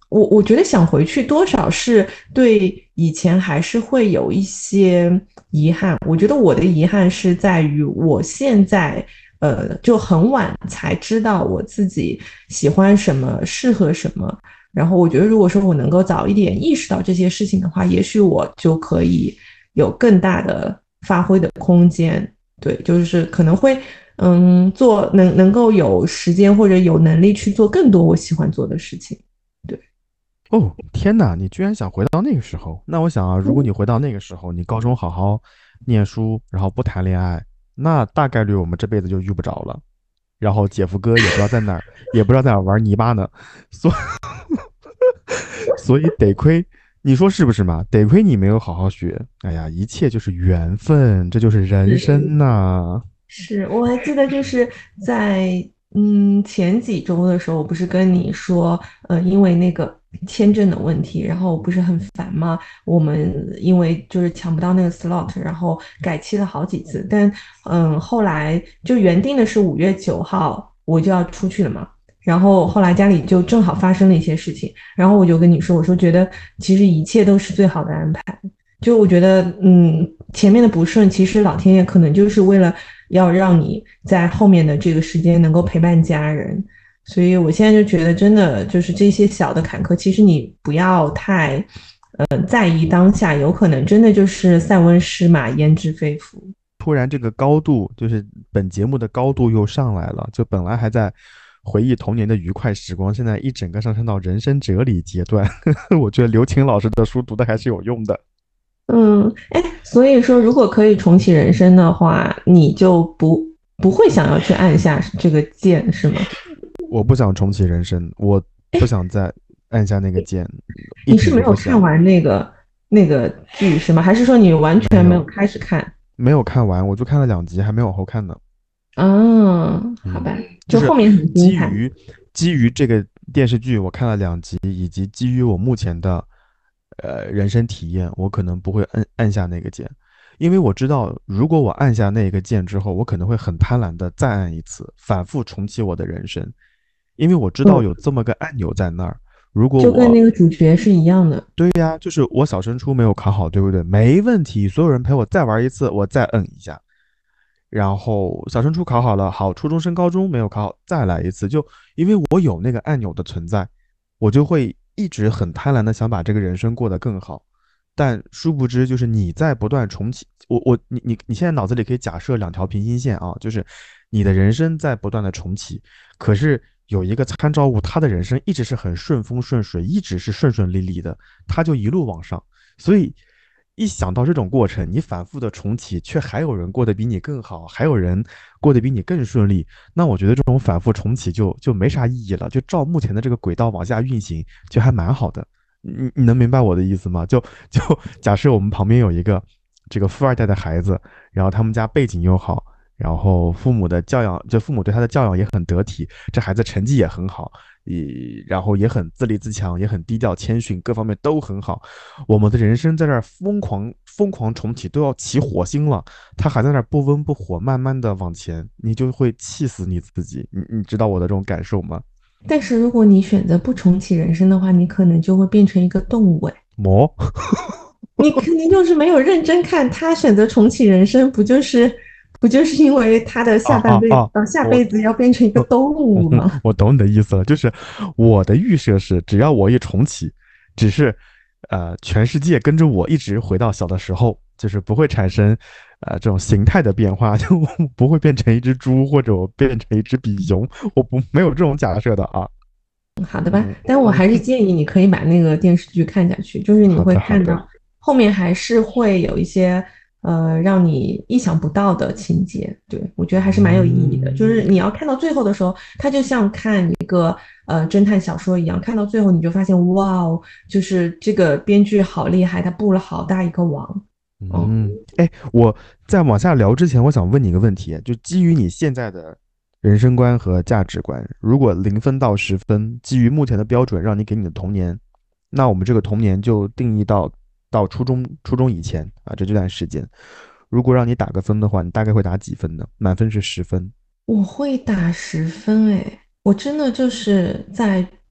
我我觉得想回去多少是对以前还是会有一些遗憾。我觉得我的遗憾是在于我现在呃就很晚才知道我自己喜欢什么，适合什么。然后我觉得如果说我能够早一点意识到这些事情的话，也许我就可以有更大的发挥的空间。对，就是可能会嗯做能能够有时间或者有能力去做更多我喜欢做的事情。对。 哦，天哪，你居然想回到那个时候？那我想啊，如果你回到那个时候，你高中好好念书，然后不谈恋爱，那大概率我们这辈子就遇不着了。然后姐夫哥也不知道在哪儿，也不知道在哪儿玩泥巴呢，所所以得亏，你说是不是嘛？得亏你没有好好学。哎呀，一切就是缘分，这就是人生呐、 是，我还记得就是在嗯前几周的时候，我不是跟你说，呃，因为那个签证的问题，然后我不是很烦吗？我们因为就是抢不到那个 slot，然后改期了好几次，但嗯后来就原定的是五月九号我就要出去了嘛。然后后来家里就正好发生了一些事情，然后我就跟你说，我说觉得其实一切都是最好的安排。就我觉得，嗯，前面的不顺，其实老天爷可能就是为了要让你在后面的这个时间能够陪伴家人，所以我现在就觉得，真的就是这些小的坎坷，其实你不要太，呃，在意当下，有可能真的就是塞翁失马，焉知非福。 突然这个高度，就是本节目的高度又上来了，就本来还在回忆童年的愉快时光，现在一整个上升到人生哲理阶段。我觉得刘擎老师的书读的还是有用的。 嗯，哎，所以说，如果可以重启人生的话，你就不不会想要去按下这个键，是吗？ 我不想重启人生，我不想再按下那个键，一你是没有点都不想。 看完那个那个剧是吗？还是说你完全没有没有， 开始看？ 没有看完，我就看了两集，还没往后看呢。 啊，好嗯， 吧， 就是就后面很精彩。 基于基于这个电视剧，我看了两集，以及基于我目前的呃人生体验，我可能不会按按下那个键，因为我知道，如果我按下那个键之后，我可能会很贪婪的再按一次，反复重启我的人生，因为我知道嗯， 有这么个按钮在那儿。如果就跟我那个主角是一样的。 对呀，就是我小升初没有考好，对不对？没问题，所有人陪我再玩一次，我再摁一下。然后小升初考好了，好，初中升高中没有考好，再来一次。就因为我有那个按钮的存在，我就会一直很贪婪的想把这个人生过得更好。但殊不知，就是你在不断重启，我我你你你现在脑子里可以假设两条平行线啊，就是你的人生在不断的重启，可是有一个参照物，他的人生一直是很顺风顺水，一直是顺顺利利的，他就一路往上。所以一想到这种过程，你反复的重启，却还有人过得比你更好，还有人过得比你更顺利，那我觉得这种反复重启就就没啥意义了，就照目前的这个轨道往下运行，就还蛮好的。你你能明白我的意思吗？就就假设我们旁边有一个这个富二代的孩子，然后他们家背景又好，然后父母的教养，就父母对他的教养也很得体，这孩子成绩也很好，也然后也很自立自强，也很低调谦逊，各方面都很好。我们的人生在这儿疯狂疯狂重启，都要起火星了，他还在那儿不温不火，慢慢的往前，你就会气死你自己。你你知道我的这种感受吗？ 但是如果你选择不重启人生的话，你可能就会变成一个动物哎， 魔， 你肯定就是没有认真看他选择重启人生，不就是不就是因为他的啊下半辈子啊啊！ 呃下我辈子要变成一个动物吗？ 我懂你的意思了，就是我的预设是，只要我一重启，只是呃全世界跟着我一直回到小的时候，就是不会产生呃这种形态的变化，就不会变成一只猪或者我变成一只比熊，我不没有这种假设的啊。 好的吧， 嗯但我还是嗯， 建议你可以把那个电视剧看下去，就是你好会的好的。 看到后面还是会有一些呃让你意想不到的情节，对，我觉得还是蛮有意义的。就是嗯， 你要看到最后的时候，它就像看一个呃侦探小说一样，看到最后你就发现哇哦，就是这个编剧好厉害，他布了好大一个网。哦， 嗯，哎，我在往下聊之前，我想问你一个问题，就基于你现在的人生观和价值观，如果零分到十分，基于目前的标准，让你给你的童年，那我们这个童年就定义到到初中初中以前啊，这这段时间，如果让你打个分的话，你大概会打几分呢？满分是十分。 我会打十分诶，我真的就是在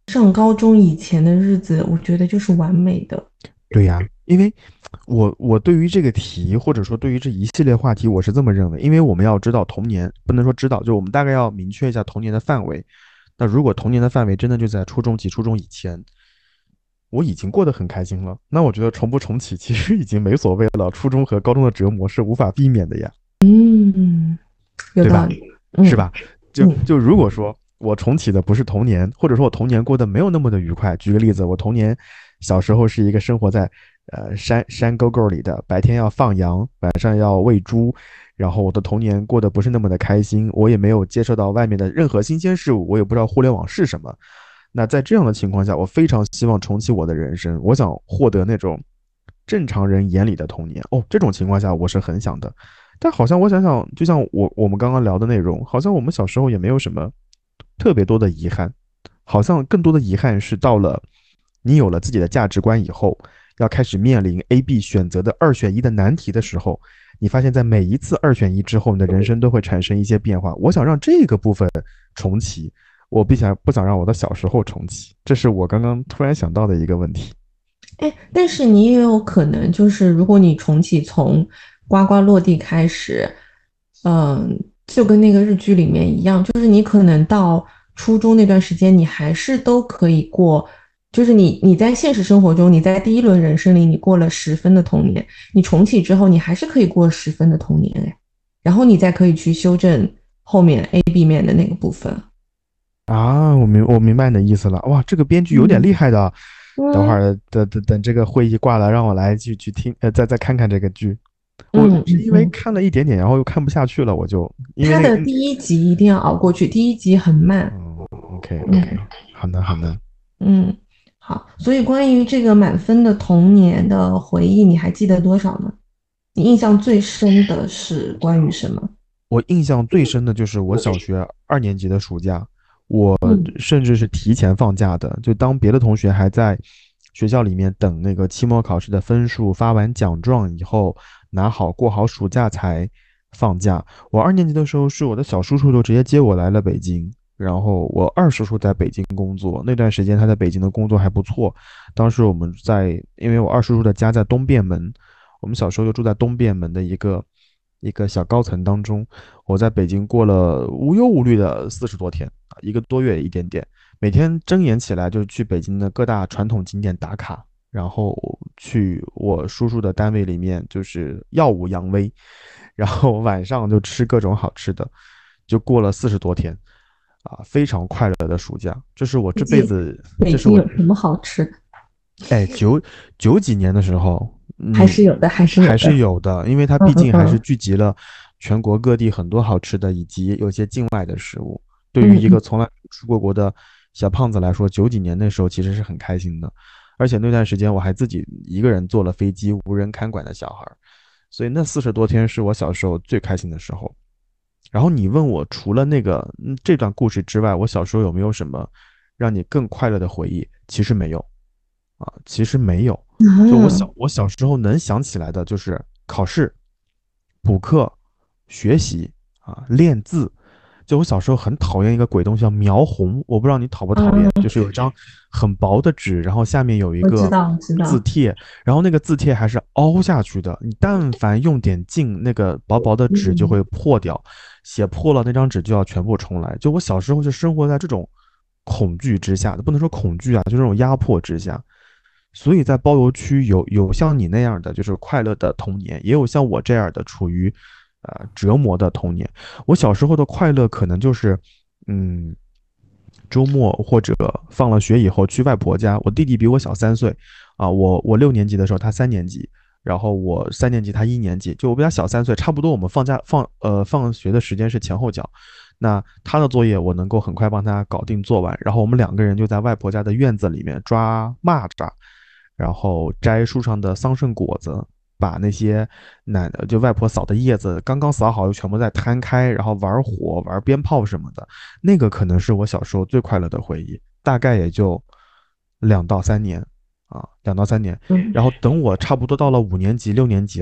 上高中以前的日子，我觉得就是完美的。 对呀，因为我我对于这个题，或者说对于这一系列话题，我是这么认为，因为我们要知道童年，不能说知道，就我们大概要明确一下童年的范围。那如果童年的范围真的就在初中及初中以前，我已经过得很开心了，那我觉得重不重启其实已经没所谓了。初中和高中的折磨是无法避免的呀， 嗯，有对吧？ 道理。嗯是吧？就嗯就如果说我重启的不是童年，或者说我童年过得没有那么的愉快，举个例子，我童年小时候是一个生活在呃山山沟沟里的，白天要放羊，晚上要喂猪，然后我的童年过得不是那么的开心，我也没有接受到外面的任何新鲜事物，我也不知道互联网是什么。那在这样的情况下，我非常希望重启我的人生，我想获得那种正常人眼里的童年。哦，这种情况下我是很想的。但好像我想想，就像我我们刚刚聊的内容，好像我们小时候也没有什么特别多的遗憾，好像更多的遗憾是到了你有了自己的价值观以后，要开始面临 A、B 选择的二选一的难题的时候，你发现在每一次二选一之后，你的人生都会产生一些变化。我想让这个部分重启，我不想不想让我的小时候重启，这是我刚刚突然想到的一个问题。 哎，但是你也有可能，就是如果你重启从呱呱落地开始，嗯，就跟那个日剧里面一样，就是你可能到初中那段时间，你还是都可以过，就是你你在现实生活中，你在第一轮人生里，你过了十分的童年，你重启之后，你还是可以过十分的童年，哎，然后你再可以去修正后面 A、B 面的那个部分。 啊，我明我明白你的意思了。哇，这个编剧有点厉害的。等会嗯儿等等等这个会议挂了，让我来去去听，呃，再再看看这个剧。我嗯是因为嗯嗯， 看了一点点，然后又看不下去了，我就因为那个， 它的第一集一定要熬过去，第一集很慢。 嗯，OK 嗯 OK，好的好的。 嗯，好，所以关于这个满分的童年的回忆，你还记得多少呢？你印象最深的是关于什么？ 我印象最深的就是我小学二年级的暑假，我嗯甚至是提前放假的，就当别的同学还在学校里面等那个期末考试的分数发完奖状以后，拿好过好暑假才放假。我二年级的时候，是我的小叔叔就直接接我来了北京，然后我二叔叔在北京工作，那段时间他在北京的工作还不错。当时我们在，因为我二叔叔的家在东便门，我们小时候就住在东便门的一个一个小高层当中。我在北京过了无忧无虑的四十多天啊，一个多月一点点。每天睁眼起来就去北京的各大传统景点打卡，然后去我叔叔的单位里面就是耀武扬威，然后晚上就吃各种好吃的，就过了四十多天啊，非常快乐的暑假。这是我这辈北京子， 北这是我京有什么好吃的？ 哎九九几年的时候， 还嗯， 是有的，还是有还是的。 有的，因为它嗯毕竟还是嗯嗯聚集了全国各地很多好吃的，以及有些境外的食物。对于嗯嗯一个从来没出过国的小胖子来说，九几年那时候其实是很开心的。而且那段时间我还自己一个人坐了飞机，无人看管的小孩，所以那四十多天是我小时候最开心的时候。然后你问我，除了那个嗯这段故事之外，我小时候有没有什么让你更快乐的回忆？其实没有啊，其实没有。就我嗯， 小我小时候能想起来的就是考试、补课、学习啊、练字。就我小时候很讨厌一个鬼东西叫描红，我不知道你讨不讨厌， 嗯， 就是有一张很薄的纸，然后下面有一个我知道，我知道。 字帖，然后那个字帖还是凹下去的，你但凡用点劲，那个薄薄的纸就嗯， 会破掉，写破了那张纸就要全部重来。就我小时候就生活在这种恐惧之下，不能说恐惧啊，就这种压迫之下。所以在包邮区有有像你那样的就是快乐的童年，也有像我这样的处于呃折磨的童年。我小时候的快乐可能就是嗯周末或者放了学以后去外婆家。我弟弟比我小三岁啊，我我六年级的时候他三年级，然后我三年级他一年级，就我比他小三岁，差不多我们放假放呃放学的时间是前后脚。那他的作业我能够很快帮他搞定做完，然后我们两个人就在外婆家的院子里面抓蚂蚱，然后摘树上的桑葚果子，把那些奶就外婆扫的叶子刚刚扫好，又全部再摊开，然后玩火、玩鞭炮什么的。那个可能是我小时候最快乐的回忆，大概也就两到三年啊，两到三年。 嗯然后等我差不多到了五年级、六年级了，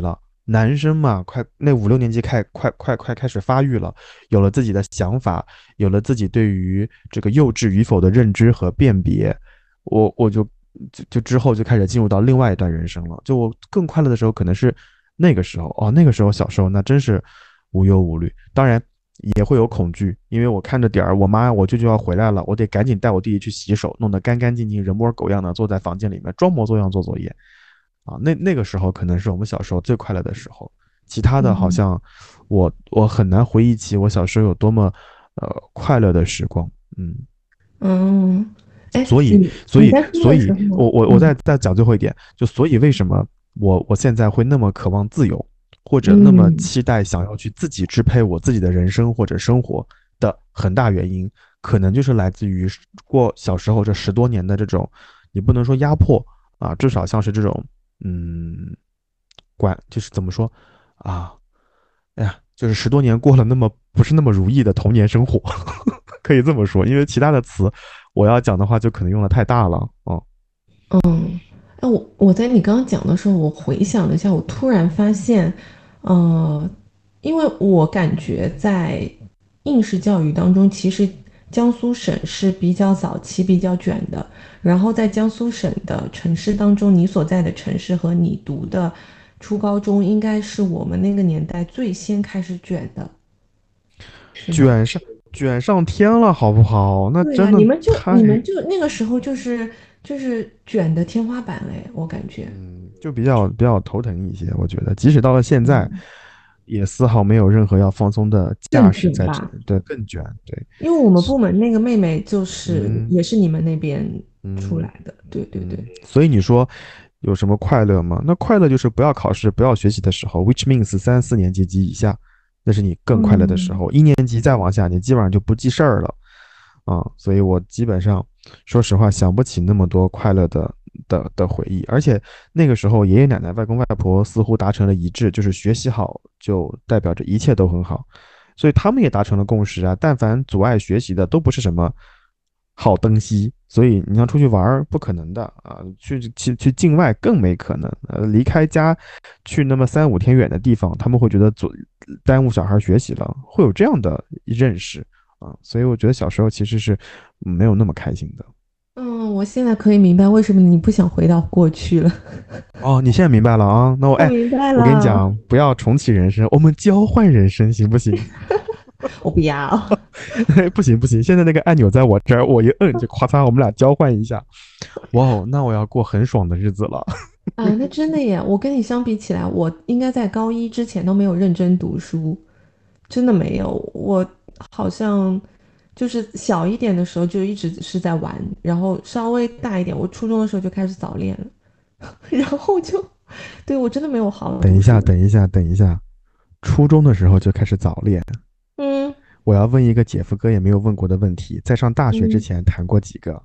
男生嘛，快那五六年级开快快快开始发育了，有了自己的想法，有了自己对于这个幼稚与否的认知和辨别，我我就就就之后就开始进入到另外一段人生了。就我更快乐的时候，可能是那个时候哦，那个时候小时候那真是无忧无虑，当然也会有恐惧，因为我看着点儿，我妈我舅舅要回来了，我得赶紧带我弟弟去洗手，弄得干干净净，人模狗样的坐在房间里面装模作样做作业。啊，那那个时候可能是我们小时候最快乐的时候，其他的好嗯像我我很难回忆起我小时候有多么呃快乐的时光，嗯， 嗯，哎， 所以你所以你在说所以的时候， 我我我再嗯再讲最后一点，就所以为什么我我现在会那么渴望自由，或者那么嗯期待想要去自己支配我自己的人生或者生活的很大原因，可能就是来自于过小时候这十多年的这种，你不能说压迫啊，至少像是这种。嗯，管就是怎么说啊？哎呀，就是十多年过了，那么不是那么如意的童年生活，可以这么说。因为其他的词我要讲的话，就可能用的太大了。哦， 嗯，哎，我我在你刚刚讲的时候，我回想了一下，我突然发现，呃，因为我感觉在应试教育当中，其实江苏省是比较早期、比较卷的。然后在江苏省的城市当中，你所在的城市和你读的初高中，应该是我们那个年代最先开始卷的，是吗？ 卷上卷上天了，好不好？那对呀， 真的你们就你太们就那个时候就是就是卷的天花板嘞，我感觉。 嗯，就比较比较头疼一些。我觉得，即使到了现在， 嗯， 也丝毫没有任何要放松的更架势在这， 卷吧， 对，更卷，对， 因为我们部门那个妹妹就是嗯也是你们那边出嗯。 来的，对对对， 嗯，所以你说有什么快乐吗？那快乐就是不要考试、不要学习的时候，which means 三四年级及以下，那是你更快乐的时嗯候。一年级再往下，你基本上就不记事儿了啊。所以我基本上，说实话，想不起那么多快乐的的的回忆。而且那个时候，爷爷奶奶、外公外婆似乎达成了一致，就是学习好就代表着一切都很好，所以他们也达成了共识啊。但凡阻碍学习的，都不是什么好东西。所以你要出去玩儿，不可能的啊！去去去境外更没可能。呃，离开家去那么三五天远的地方，他们会觉得阻耽误小孩学习了，会有这样的认识啊。所以我觉得小时候其实是没有那么开心的。 嗯，我现在可以明白为什么你不想回到过去了。 哦，你现在明白了啊？那我我哎， 明白我跟你了， 讲，不要重启人生，我们交换人生行不行？ 我不要。 不行不行，现在那个按钮在我这儿，我一摁就咔嚓，我们俩交换一下。哇哦，那我要过很爽的日子了。 啊，那真的耶！我跟你相比起来，我应该在高一之前都没有认真读书，真的没有。我好像就是小一点的时候就一直是在玩，然后稍微大一点，我初中的时候就开始早恋了，然后就，对，我真的没有好好等一下， 读书。 等一下，等一下，初中的时候就开始早恋。 嗯我要问一个姐夫哥也没有问过的问题，在上大学之嗯前谈过几个？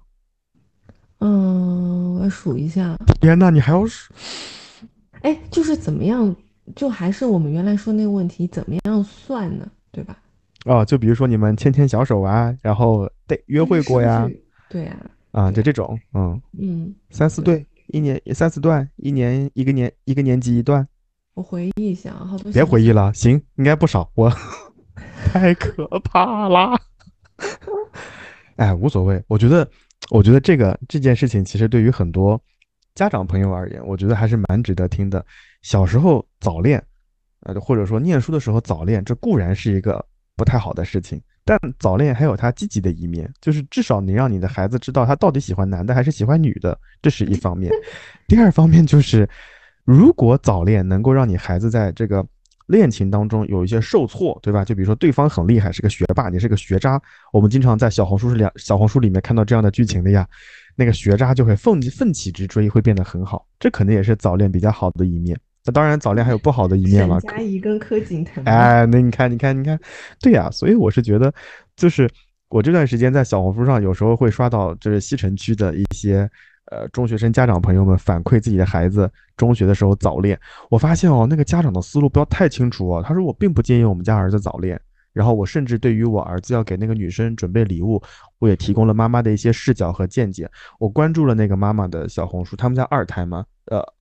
嗯，我要数一下。 天呐，你还要数？ 哎，就是怎么样，就还是我们原来说那个问题，怎么样算呢？对吧？ 哦，就比如说你们牵牵小手啊，然后对约但是会过呀， 是不是？对呀， 啊， 对呀， 就这种，嗯， 嗯，对。 三四对，一年三四段，一年一个年一个年级一段， 我回忆一下啊，好多小时。 别回忆了，行，应该不少，我太可怕啦。哎，无所谓，我觉得，我觉得这个这件事情其实对于很多家长朋友而言，我觉得还是蛮值得听的。小时候早恋，呃，或者说念书的时候早恋，这固然是一个不太好的事情，但早恋还有它积极的一面，就是至少你让你的孩子知道他到底喜欢男的还是喜欢女的，这是一方面。第二方面就是，如果早恋能够让你孩子在这个恋情当中有一些受挫，对吧？就比如说对方很厉害，是个学霸，你是个学渣，我们经常在小红书里小红书里面看到这样的剧情的呀。那个学渣就会奋奋起直追，会变得很好，这可能也是早恋比较好的一面。那当然，早恋还有不好的一面了。 沈佳宜跟柯景腾吗？ 哎，那你看，你看，你看，对呀，所以我是觉得，就是我这段时间在小红书上有时候会刷到，就是西城区的一些呃中学生家长朋友们反馈自己的孩子中学的时候早恋。我发现哦，那个家长的思路不要太清楚哦。他说我并不建议我们家儿子早恋，然后我甚至对于我儿子要给那个女生准备礼物，我也提供了妈妈的一些视角和见解。我关注了那个妈妈的小红书，他们家二胎嘛，呃，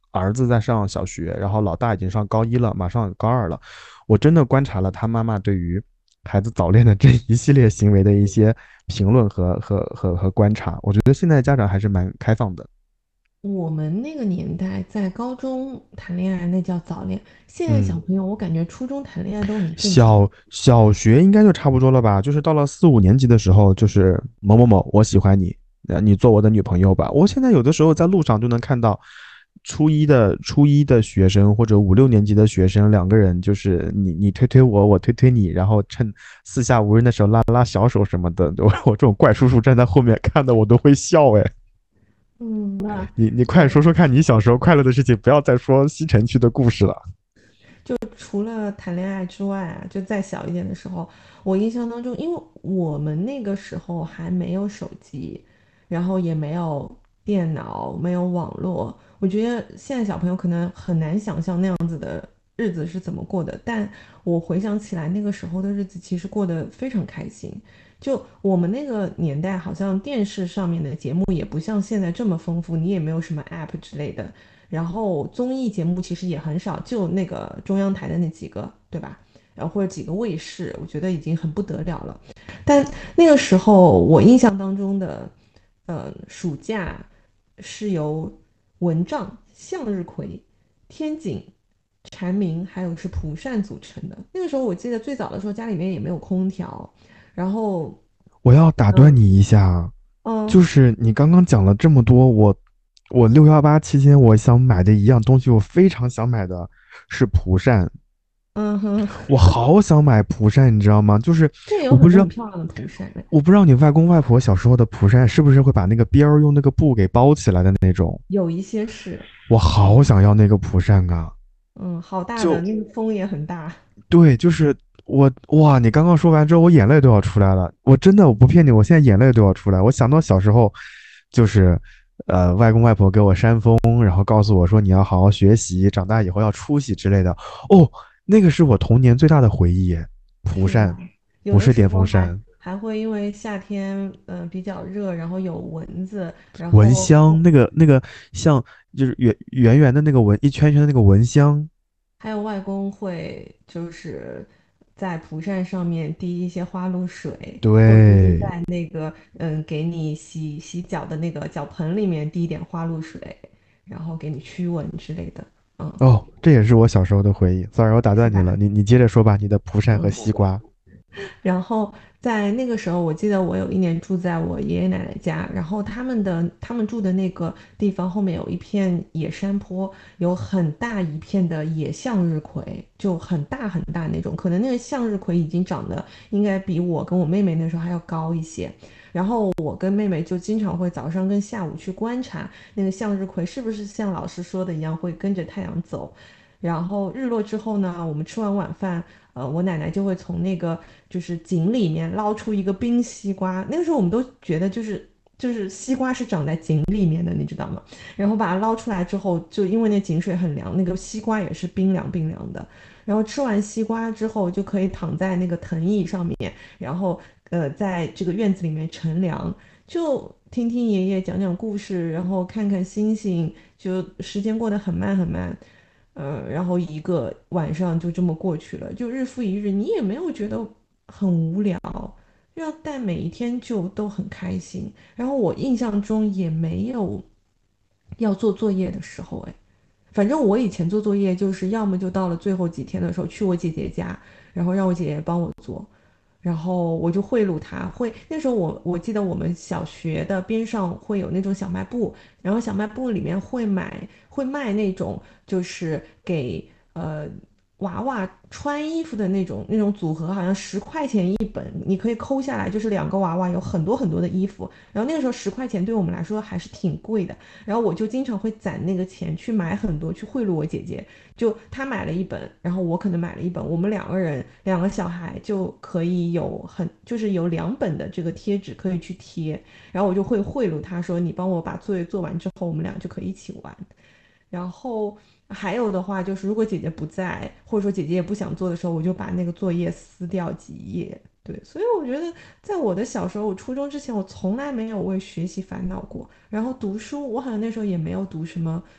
儿子在上小学，然后老大已经上高一了，马上高二了。我真的观察了他妈妈对于孩子早恋的这一系列行为的一些评论和和和和观察。我觉得现在家长还是蛮开放的。 我们那个年代在高中谈恋爱那叫早恋，现在小嗯， 朋友我感觉初中谈恋爱都很正常。 小小学应该就差不多了吧？就是到了四五年级的时候，就是某某某，我喜欢你，呃，你做我的女朋友吧。我现在有的时候在路上就能看到，初一的初一的学生或者五六年级的学生，两个人就是你你推推我，我推推你，然后趁四下无人的时候拉拉小手什么的。我我这种怪叔叔站在后面看的我都会笑哎。 嗯，那你你快呃， 说说看你小时候快乐的事情，不要再说西城区的故事了。 就除了谈恋爱之外啊，就再小一点的时候，我印象当中，因为我们那个时候还没有手机，然后也没有电脑，没有网络，我觉得现在小朋友可能很难想象那样子的日子是怎么过的。但我回想起来，那个时候的日子其实过得非常开心。就我们那个年代，好像电视上面的节目也不像现在这么丰富，你也没有什么 app 之类的。然后综艺节目其实也很少，就那个中央台的那几个，对吧？然后或者几个卫视，我觉得已经很不得了了。但那个时候我印象当中的，呃，暑假是由蚊帐、向日葵、天井、蝉鸣还有是蒲扇组成的。那个时候我记得最早的时候家里面也没有空调，然后我要打断嗯你一下，就嗯是你刚刚讲了这么多，我我六幺八期间我想买的一样东西，我非常想买的是蒲扇， 嗯哼， 我好想买蒲扇，你知道吗？就是这有很我不知道， 多很漂亮的蒲扇。 我不知道你外公外婆小时候的蒲扇是不是会把那个边儿用那个布给包起来的那种， 有一些是。 我好想要那个蒲扇啊！ 嗯，好大的， 就那个风也很大。 对，就是我哇！你刚刚说完之后，我眼泪都要出来了。我真的我不骗你，我现在眼泪都要出来。我想到小时候，就是呃，外公外婆给我扇风，然后告诉我说你要好好学习，长大以后要出息之类的。哦，那个是我童年最大的回忆耶，蒲是吧？ 扇， 有的时不是电候还风扇， 还会因为夏天嗯、呃比较热，然后有蚊子，然后蚊香，那个那个像就是圆圆圆的那个蚊，一圈圈的那个蚊香。 还有外公会就是在蒲扇上面滴一些花露水，或者是对， 在那个嗯给你洗洗脚的那个脚盆里面滴一点花露水，然后给你驱蚊之类的。嗯， 哦，这也是我小时候的回忆。Sorry，我打断你了， 是吧？ 你你接着说吧，你的蒲扇和嗯。 西瓜。 然后在那个时候，我记得我有一年住在我爷爷奶奶家，然后他们的他们住的那个地方后面有一片野山坡，有很大一片的野向日葵，就很大很大那种，可能那个向日葵已经长得应该比我跟我妹妹那时候还要高一些。然后我跟妹妹就经常会早上跟下午去观察那个向日葵是不是像老师说的一样会跟着太阳走。然后日落之后呢，我们吃完晚饭，呃，我奶奶就会从那个就是井里面捞出一个冰西瓜。那个时候我们都觉得就是就是西瓜是长在井里面的，你知道吗？然后把它捞出来之后，就因为那井水很凉，那个西瓜也是冰凉冰凉的。然后吃完西瓜之后，就可以躺在那个藤椅上面，然后呃，在这个院子里面乘凉，就听听爷爷讲讲故事，然后看看星星，就时间过得很慢很慢。嗯，然后一个晚上就这么过去了，就日复一日，你也没有觉得很无聊，要但每一天就都很开心。然后我印象中也没有要做作业的时候，哎，反正我以前做作业就是要么就到了最后几天的时候去我姐姐家，然后让我姐姐帮我做，然后我就贿赂她。会那时候我我记得我们小学的边上会有那种小卖部，然后小卖部里面会买会卖那种就是给呃娃娃穿衣服的那种那种组合，好像十块钱一本，你可以抠下来，就是两个娃娃有很多很多的衣服。然后那个时候十块钱对我们来说还是挺贵的，然后我就经常会攒那个钱去买很多，去贿赂我姐姐。就她买了一本，然后我可能买了一本，我们两个人两个小孩就可以有很就是有两本的这个贴纸可以去贴，然后我就会贿赂她说你帮我把作业做完之后，我们俩就可以一起玩。然后还有的话就是，如果姐姐不在，或者说姐姐也不想做的时候，我就把那个作业撕掉几页。对，所以我觉得，在我的小时候，我初中之前，我从来没有为学习烦恼过。然后读书，我好像那时候也没有读什么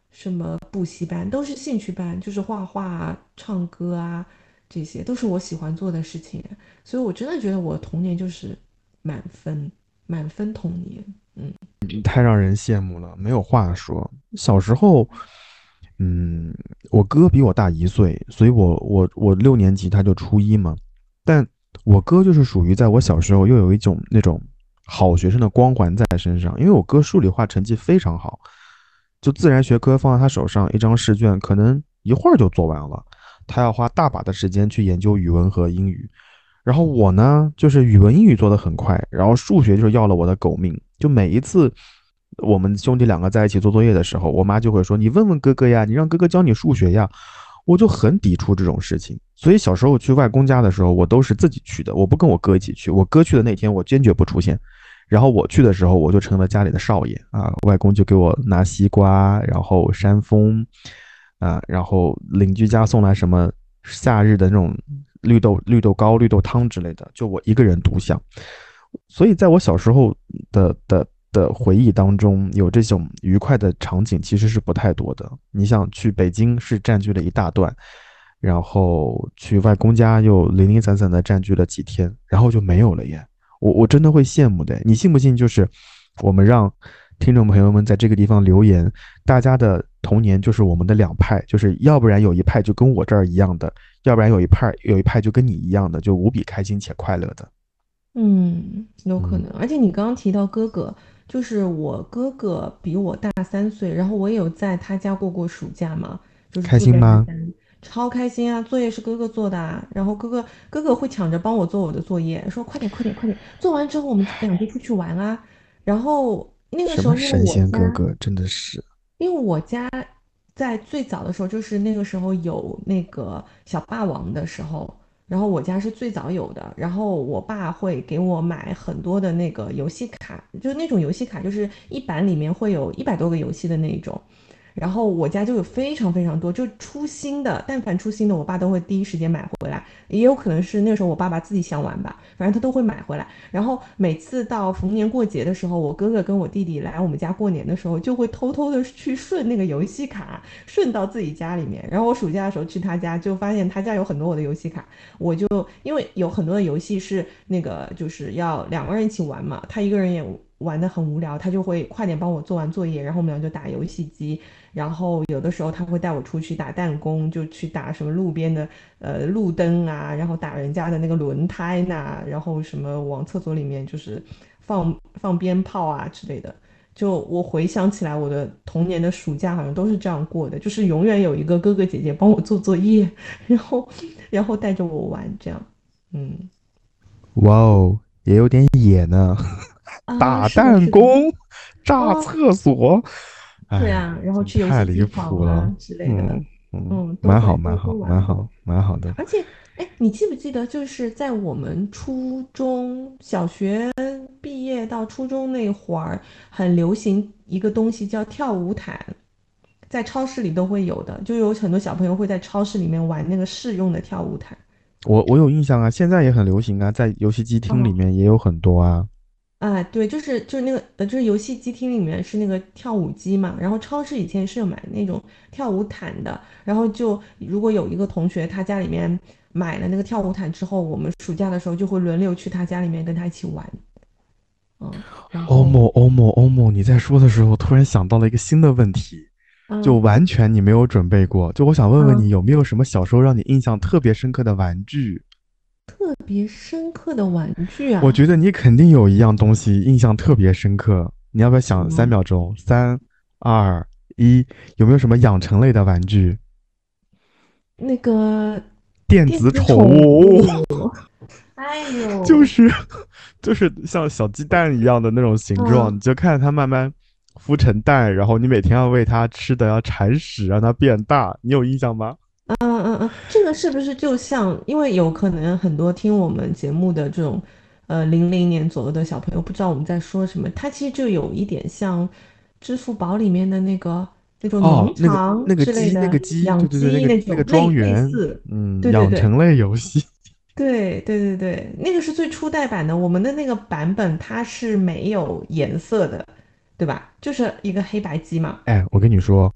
什么补习班，都是兴趣班，就是画画啊、唱歌啊，这些都是我喜欢做的事情。所以我真的觉得我童年就是满分，满分童年。嗯太让人羡慕了，没有话说。小时候，嗯，我哥比我大一岁，所以我我我六年级他就初一嘛。但我哥就是属于在我小时候又有一种那种好学生的光环在身上，因为我哥数理化成绩非常好，就自然学科放在他手上，一张试卷可能一会儿就做完了，他要花大把的时间去研究语文和英语。然后我呢，就是语文、英语做得很快，然后数学就是要了我的狗命。就每一次我们兄弟两个在一起做作业的时候，我妈就会说：“你问问哥哥呀，你让哥哥教你数学呀。”我就很抵触这种事情，所以小时候去外公家的时候，我都是自己去的，我不跟我哥一起去。我哥去的那天，我坚决不出现。然后我去的时候，我就成了家里的少爷啊，外公就给我拿西瓜，然后山峰，啊，然后邻居家送来什么夏日的那种绿豆绿豆糕、绿豆汤之类的，就我一个人独享。所以在我小时候的的的回忆当中，有这种愉快的场景其实是不太多的。你想去北京是占据了一大段，然后去外公家又零零散散的占据了几天，然后就没有了耶。我我真的会羡慕的。你信不信？就是我们让听众朋友们在这个地方留言，大家的童年就是我们的两派，就是要不然有一派就跟我这儿一样的，要不然有一派有一派就跟你一样的，就无比开心且快乐的。 嗯，有可嗯， 能。而且你刚刚提到哥哥，就是我哥哥比我大三岁，然后我也有在他家过过暑假嘛，就是开住心吗？ 在他家里，超开心啊！作业是哥哥做的啊，然后哥哥哥哥会抢着帮我做我的作业，说快点快点快点，做完之后我们俩就出去玩啊。然后那个什时候因为么神我家仙哥哥，真的是。 因为我家在最早的时候，就是那个时候有那个小霸王的时候，然后我家是最早有的，然后我爸会给我买很多的那个游戏卡，就是那种游戏卡，就是一版里面会有一百多个游戏的那一种。然后我家就有非常非常多，就出新的，但凡出新的，我爸都会第一时间买回来。也有可能是那个时候我爸爸自己想玩吧，反正他都会买回来。然后每次到逢年过节的时候，我哥哥跟我弟弟来我们家过年的时候，就会偷偷的去顺那个游戏卡，顺到自己家里面。然后我暑假的时候去他家，就发现他家有很多我的游戏卡，我就因为有很多的游戏是那个就是要两个人一起玩嘛，他一个人也玩的很无聊，他就会快点帮我做完作业，然后我们俩就打游戏机。然后有的时候他会带我出去打弹弓，就去打什么路边的呃路灯啊，然后打人家的那个轮胎呐、然后什么往厕所里面就是放放鞭炮啊之类的。就我回想起来，我的童年的暑假好像都是这样过的，就是永远有一个哥哥姐姐帮我做作业，然后然后带着我玩这样。嗯哇哦，也有点野呢。 啊， 打是的，是的， 弹弓、炸哦， 厕所， 对啊， 哎， 然后真去游戏机太离房啊谱了。 之类的， 嗯嗯， 嗯，都蛮好， 会都都蛮好，蛮好， 玩过。 蛮好的。 而且，哎，你记不记得，就是在我们初中小学毕业到初中那会儿，很流行一个东西叫跳舞毯，在超市里都会有的，就有很多小朋友会在超市里面玩那个试用的跳舞毯。 我我有印象啊，现在也很流行啊，在游戏机厅里哦， 面也有很多啊。 啊，对，就是就是那个呃，就是游戏机厅里面是那个跳舞机嘛，然后超市以前是有买那种跳舞毯的，然后就如果有一个同学他家里面买了那个跳舞毯之后，我们暑假的时候就会轮流去他家里面跟他一起玩，嗯，然后欧某欧某欧某，你在说的时候，突然想到了一个新的问题，就嗯完全你没有准备过。就我想问问你， 嗯， 有没有什么小时候让你印象特别深刻的玩具？ 特别深刻的玩具啊， 我觉得你肯定有一样东西印象特别深刻，你要不要想三什么秒钟？三、二、一，有没有什么养成类的玩具？ 那个电子电子宠宠物， 物，哎就呦， 是就是像小鸡蛋一样的那种形状， 嗯。 你就看着它慢慢孵成蛋，然后你每天要喂它吃的，要铲屎让它变大，你有印象吗？ 嗯嗯嗯，这个是不是就像，因为有可能很多听我们节目的这种，呃，零零年左右的小朋友不知道我们在说什么，它其实就有一点像支付宝里面的那个那种哦， 农那个场那个鸡，那之类的个鸡，对养对对，那鸡那个那个种类类庄园， 似， 嗯， 对对对养成类游戏。 对对对对，那个是最初代版的，我们的那个版本它是没有颜色的，对吧？就是一个黑白机嘛， 哎，我跟你说，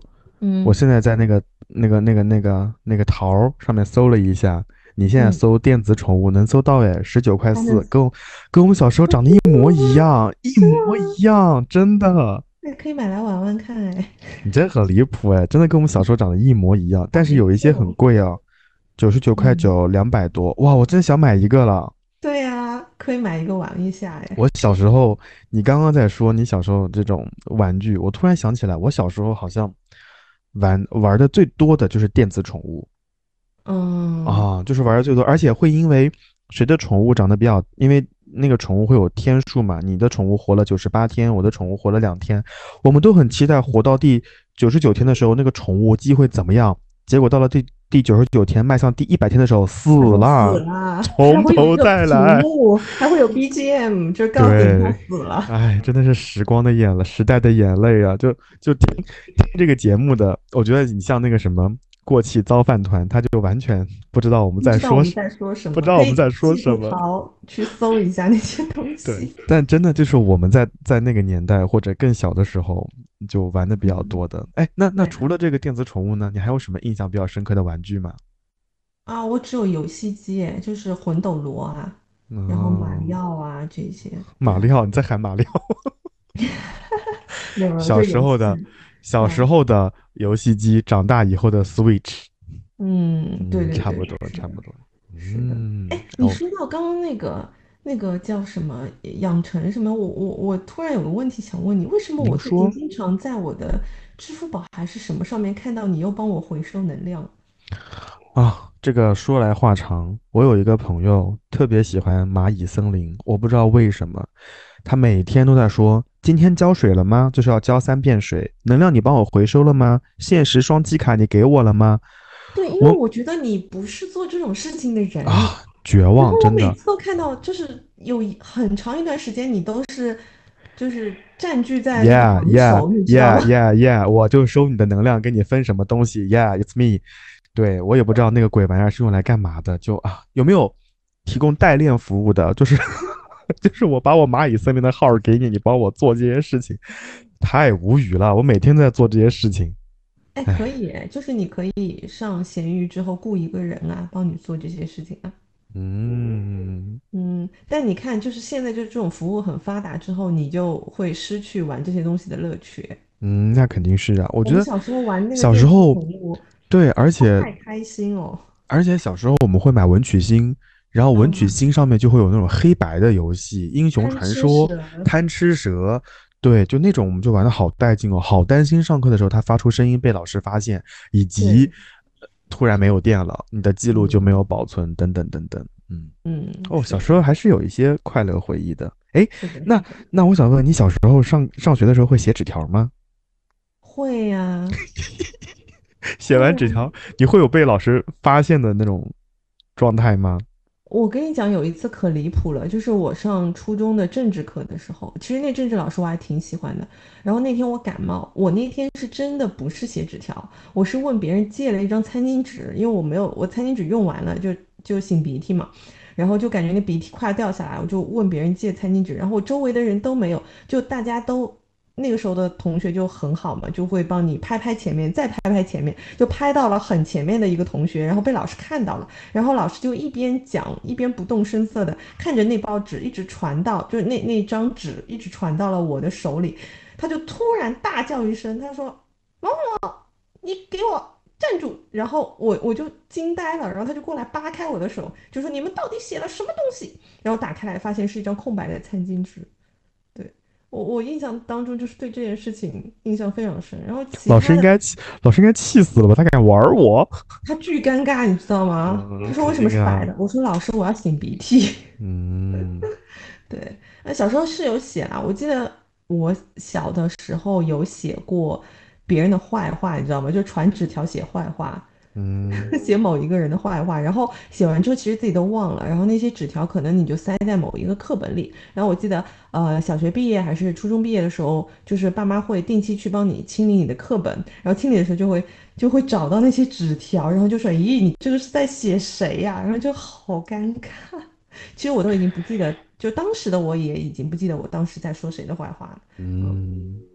嗯我现在在那个那个那个那个那个淘儿上面搜了一下，你现在嗯， 搜电子宠物能搜到哎，十九块还能四，跟我跟我们小时候长得一模一样，一是模一样，真的。 那可以买来玩玩看哎。 你真很离谱哎，真的跟我们小时候长得一模一样，但是好离有一些很谱。 贵啊，九十九块嗯， 九，两百多，哇，我真想买一个了。 对呀，可以买一个玩一下哎。 我小时候，你刚刚在说你小时候这种玩具，我突然想起来，我小时候好像玩玩的最多的就是电子宠物嗯， 啊，就是玩的最多，而且会因为谁的宠物长得比较，因为那个宠物会有天数嘛，你的宠物活了九十八天，我的宠物活了两天，我们都很期待活到第九十九天的时候，那个宠物机会怎么样？结果到了第第九十九天，迈向第一百天的时候死它就死了， 了，还从头会有这个屏再来。 幕，还会有 B G M，就告诉你它对， 死了。 哎，真的是时光的眼了，时代的眼泪啊！就就听听这个节目的，我觉得你像那个什么过气糟饭团，他就完全不知道我们不在说什， 知道我们在说什不知么，可以道我们在说进什么。 吐槽去搜一下那些东对， 西。 但真的就是我们在在那个年代或者更小的时候就玩的比较嗯， 多的。哎，那那对啊。 除了这个电子宠物呢，你还有什么印象比较深刻的玩具吗？ 啊，我只有游戏机诶，就是魂斗罗啊，然后马里嗯， 奥啊这些。对啊， 马里奥，你在喊马里奥？ 没有没有， 小就游戏。 时候的，小时嗯候的游戏机，长大以后的 Switch。 嗯，对嗯， 对对， 差不多， 是的， 差不多。 是的。 嗯， 哎，你然后说到刚刚那个那个叫什么养成什么，我我我突然有个问题想问你，为什么我最近您说经常在我的支付宝还是什么上面看到你又帮我回收能量？ 啊，这个说来话长。我有一个朋友特别喜欢蚂蚁森林，我不知道为什么，他每天都在说：“今天浇水了吗？就是要浇三遍水。能量你帮我回收了吗？现实双击卡你给我了吗？” 对，因为我我觉得你不是做这种事情的人。 啊，绝望， 然后我真的。 每次都看到，就是有一很长一段时间，你都是就是占据在那个 Yeah, 榜 yeah, 首，你知道 yeah, 吗？ yeah, yeah，我就收你的能量，给你分什么东西？Yeah, it's me。对，我也不知道那个鬼玩意儿是用来干嘛的，就啊，有没有提供代练服务的？就是就是我把我蚂蚁森林的号儿给你，你帮我做这些事情，太无语了。我每天都在做这些事情， 哎，可哎， 以哎，就是你可以上闲鱼之后雇一个人啊，帮你做这些事情啊。 嗯嗯，但你看，就是现在就这种服务很发达之后，你就会失去玩这些东西的乐趣。 嗯，那肯定是啊。我我们觉得小时候玩那个电子小时候宠物， 对，而且太开心哦。 而且小时候我们会买文曲星，然后文曲嗯， 星上面就会有那种黑白的游戏，英雄贪吃传说、 蛇。 贪吃蛇，对，就那种我们就玩的好带劲哦，好担心上课的时候它发出声音被老师发现，以及对。 呃突然没有电了，你的记录就没嗯有保存，等等等等。嗯， 嗯， 哦， 是的， 小时候还是有一些快乐回忆的。哎， 是的，是那的。 那我想问你，小时候上上学的时候会写纸条吗？ 会呀， 写会呀。 完纸条，你会有被老师发现的那种状态吗？ 我跟你讲，有一次可离谱了，就是我上初中的政治课的时候，其实那政治老师我还挺喜欢的。然后那天我感冒，我那天是真的不是写纸条，我是问别人借了一张餐巾纸，因为我没有，我餐巾纸用完了，就就擤鼻涕嘛，然后就感觉那鼻涕快要掉下来，我就问别人借餐巾纸，然后我周围的人都没有，就大家都那个时候的同学就很好嘛，就会帮你拍拍前面，再拍拍前面，就拍到了很前面的一个同学，然后被老师看到了。然后老师就一边讲一边不动声色的看着那包纸一直传到，就是那那张纸一直传到了我的手里，他就突然大叫一声，他说：“你给我站住！”然后我我就惊呆了，然后他就过来扒开我的手，就说：“你们到底写了什么东西？”然后打开来发现是一张空白的餐巾纸。对，我我印象当中就是对这件事情印象非常深，然后其老师他的应该气，老师应该气死了吧？他敢玩我？ 他巨尴尬，你知道吗？他嗯，肯说为什么定啊。 是白的？我说老师我要擤鼻涕。 嗯对，那小时候是有写啦，我记得我小的时候有写过别人的坏话，你知道吗？就传纸条写坏话， 嗯写某一个人的坏话，然后写完之后其实自己都忘了，然后那些纸条可能你就塞在某一个课本里。然后我记得，呃，小学毕业还是初中毕业的时候，就是爸妈会定期去帮你清理你的课本，然后清理的时候就会就会找到那些纸条，然后就说：“咦，你这个是在写谁呀？”然后就好尴尬。其实我都已经不记得，就当时的我也已经不记得我当时在说谁的坏话了。嗯， 嗯，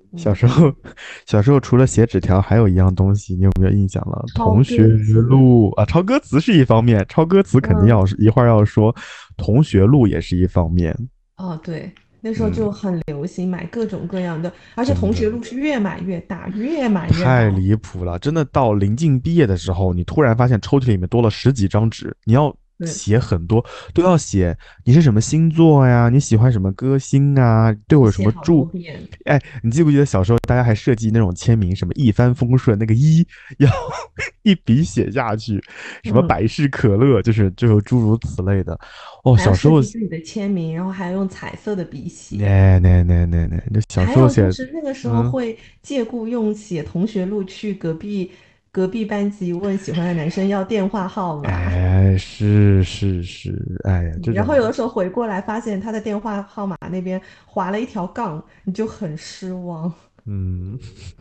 嗯， 小时候，小时候除了写纸条，还有一样东西，你有没有印象了？ 抄同学歌词。 录啊，抄歌词是一方面，抄歌词肯定嗯， 要一会儿要说，同学录也是一方面。 哦，对，那时候嗯， 就很流行买各种各样的，而且真的同学录是越买越大，越买越太薄。 离谱了，真的到临近毕业的时候，你突然发现抽屉里面多了十几张纸，你要对， 写很多，都要写你是什么星座呀，你喜欢什么歌星啊，对我有什写好多么祝遍。 哎，你记不记得小时候大家还设计那种签名，什么一帆风顺，那个一要一笔写下去，什么嗯， 百事可乐，就是就诸如此类的。哦， 还要小时候， 设计自己的签名，然后还要用彩色的笔写。 那那那那那，就小还时候写， 有就是那个时候嗯， 会借故用写同学录去隔壁隔壁班级问喜欢的男生要电话号码。 哎，是是是，哎呀，这种， 然后有的时候回过来发现他的电话号码那边划了一条杠，你就很失望。 嗯，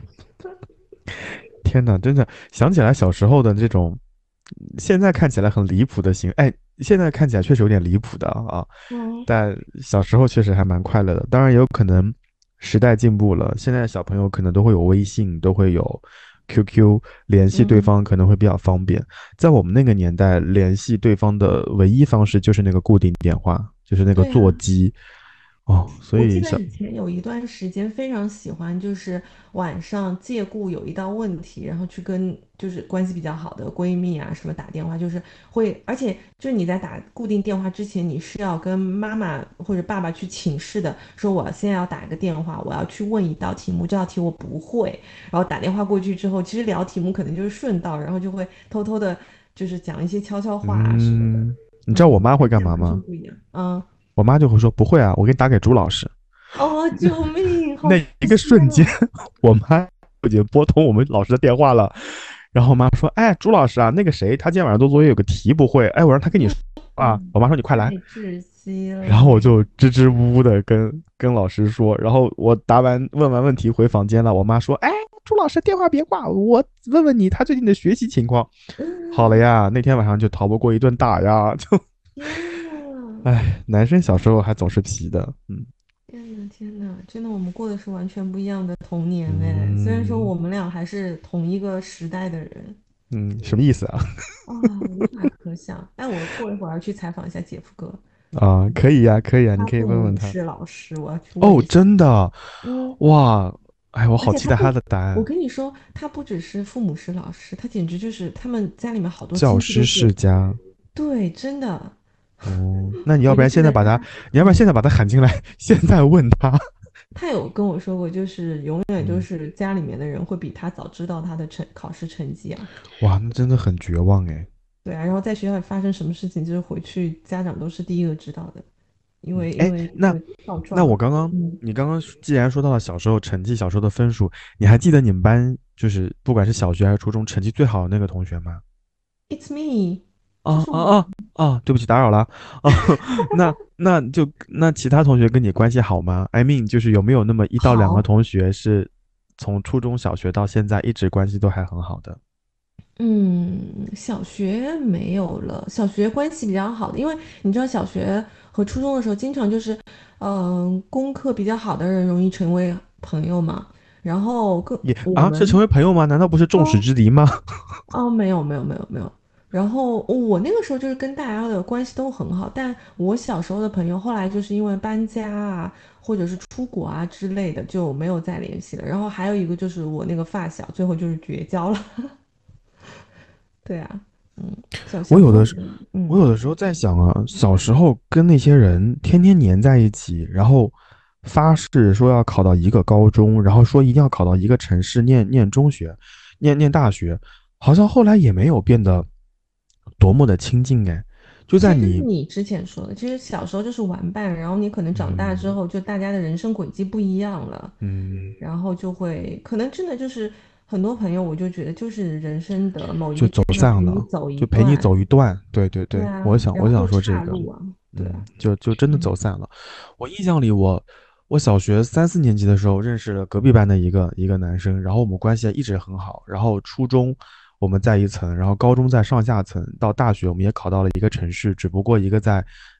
天呐，真的想起来小时候的这种，现在看起来很离谱的行，哎，现在看起来确实有点离谱的啊， 嗯， 但小时候确实还蛮快乐的。当然，也有可能时代进步了，现在小朋友可能都会有微信，都会有 Q Q 联系对嗯， 方，可能会比较方便。在我们那个年代，联系对方的唯一方式就是那个固定电话，就是那个对啊。 座机。哦，所我记以小， 得以前有一段时间非常喜欢，就是晚上借故有一道问题，然后去跟就是关系比较好的闺蜜啊什么打电话，就是会，而且就是你在打固定电话之前，你是要跟妈妈或者爸爸去请示的，说我现在要打一个电话，我要去问一道题目，这道题我不会，然后打电话过去之后，其实聊题目可能就是顺道，然后就会偷偷的，就是讲一些悄悄话啊什么的。 嗯，你知道我嗯， 妈会但现在完全干嘛吗？ 不一样。嗯， 我妈就会说不会啊，我给你打给朱老师。 哦，救命，好那熟一个瞬间， 悉啊！ 我妈已经拨通我们老师的电话了。然后我妈说：“哎，朱老师啊，那个谁，他今天晚上做作业有个题不会，哎，我让他跟你说啊。” 嗯， 我妈说：“你快来。” 太窒息然后我了。 就支支吾吾的跟跟老师说，然后我答完问完问题回房间了，我妈说：“哎，朱老师电话别挂，我问问你他最近的学习情况。”好了嗯， 呀，那天晚上就逃不过一顿打呀，就天呐， 哎，男生小时候还总是皮的，嗯天呐，天呐，真的，我们过的是完全不一样的童年哎。虽然说嗯我们俩还是同一个时代的人。 嗯，什么意思啊？ 啊，无法可想。哎，我过一会儿要去采访一下姐夫哥， 啊，可以呀，可以呀，你可以他父问问他。 母是老师，我要去问哦， 一下。 真的， 嗯， 哇，哎，我而好期待他且他不， 的答案。 我跟你说，他不只是父母是老师，他简直就是他们家里面好多教师亲戚都是。 世家， 对，真的。 哦，那你要不然我就记现在把他， 得他， 你要不然现在把他喊进来，现在问他。 他有跟我说过，就是永远就嗯， 是家里面的人会比他早知道他的成考试成绩啊。 哇，那真的很绝望哎。 对啊，然后在学校里发生什么事情，就是回去家长都是第一个知道的，因嗯， 为因哎，那为会告那状。 我刚刚， 嗯你刚刚既然说到了小时候成绩、小时候的分数，你还记得你们班就是不管是小学还是初中成绩最好的那个同学吗？ ，It's me，就是我。 啊啊啊啊！对不起，打扰了啊。那那就那其他同学跟你关系好吗？I mean，就是有没有那么一到两个好。 同学是从初中小学到现在一直关系都还很好的？ 嗯，小学没有了，小学关系比较好的，因为你知道小学和初中的时候，经常就是，嗯、功课比较好的人容易成为朋友嘛。然后更也啊，是我们成为朋友吗？难道不是众矢哦之的吗？ 哦，没有没有没有没有。然后我那个时候就是跟大家的关系都很好，但我小时候的朋友后来就是因为搬家啊，或者是出国啊之类的，就没有再联系了。然后还有一个就是我那个发小，最后就是绝交了。对啊，嗯，小小时候， 我有的时，我嗯， 有的时候在想啊，小时候跟那些人天天黏在一起，然后发誓说要考到一个高中，然后说一定要考到一个城市念念中学，念念大学，好像后来也没有变得多么的亲近哎。就其实就是在你你之前说的，其实小时候就是玩伴，然后你可能长大之嗯后，就大家的人生轨迹不一样了， 嗯， 然后就会可能真的就是很多朋友，我就觉得就是人生的某一就走个阶段陪你散了， 走一就陪你段。 走一段。对对对， 对啊， 我想我然后就想说这个， 岔路啊。对嗯， 啊。 就就真的嗯走散了。我印象里我，我小学三四年级的时候认识了隔壁班的一个一个男生，然后我们关系一直很好。然后初中我们在一层，然后高中在上下层，到大学我们也考到了一个城市，只不过一个在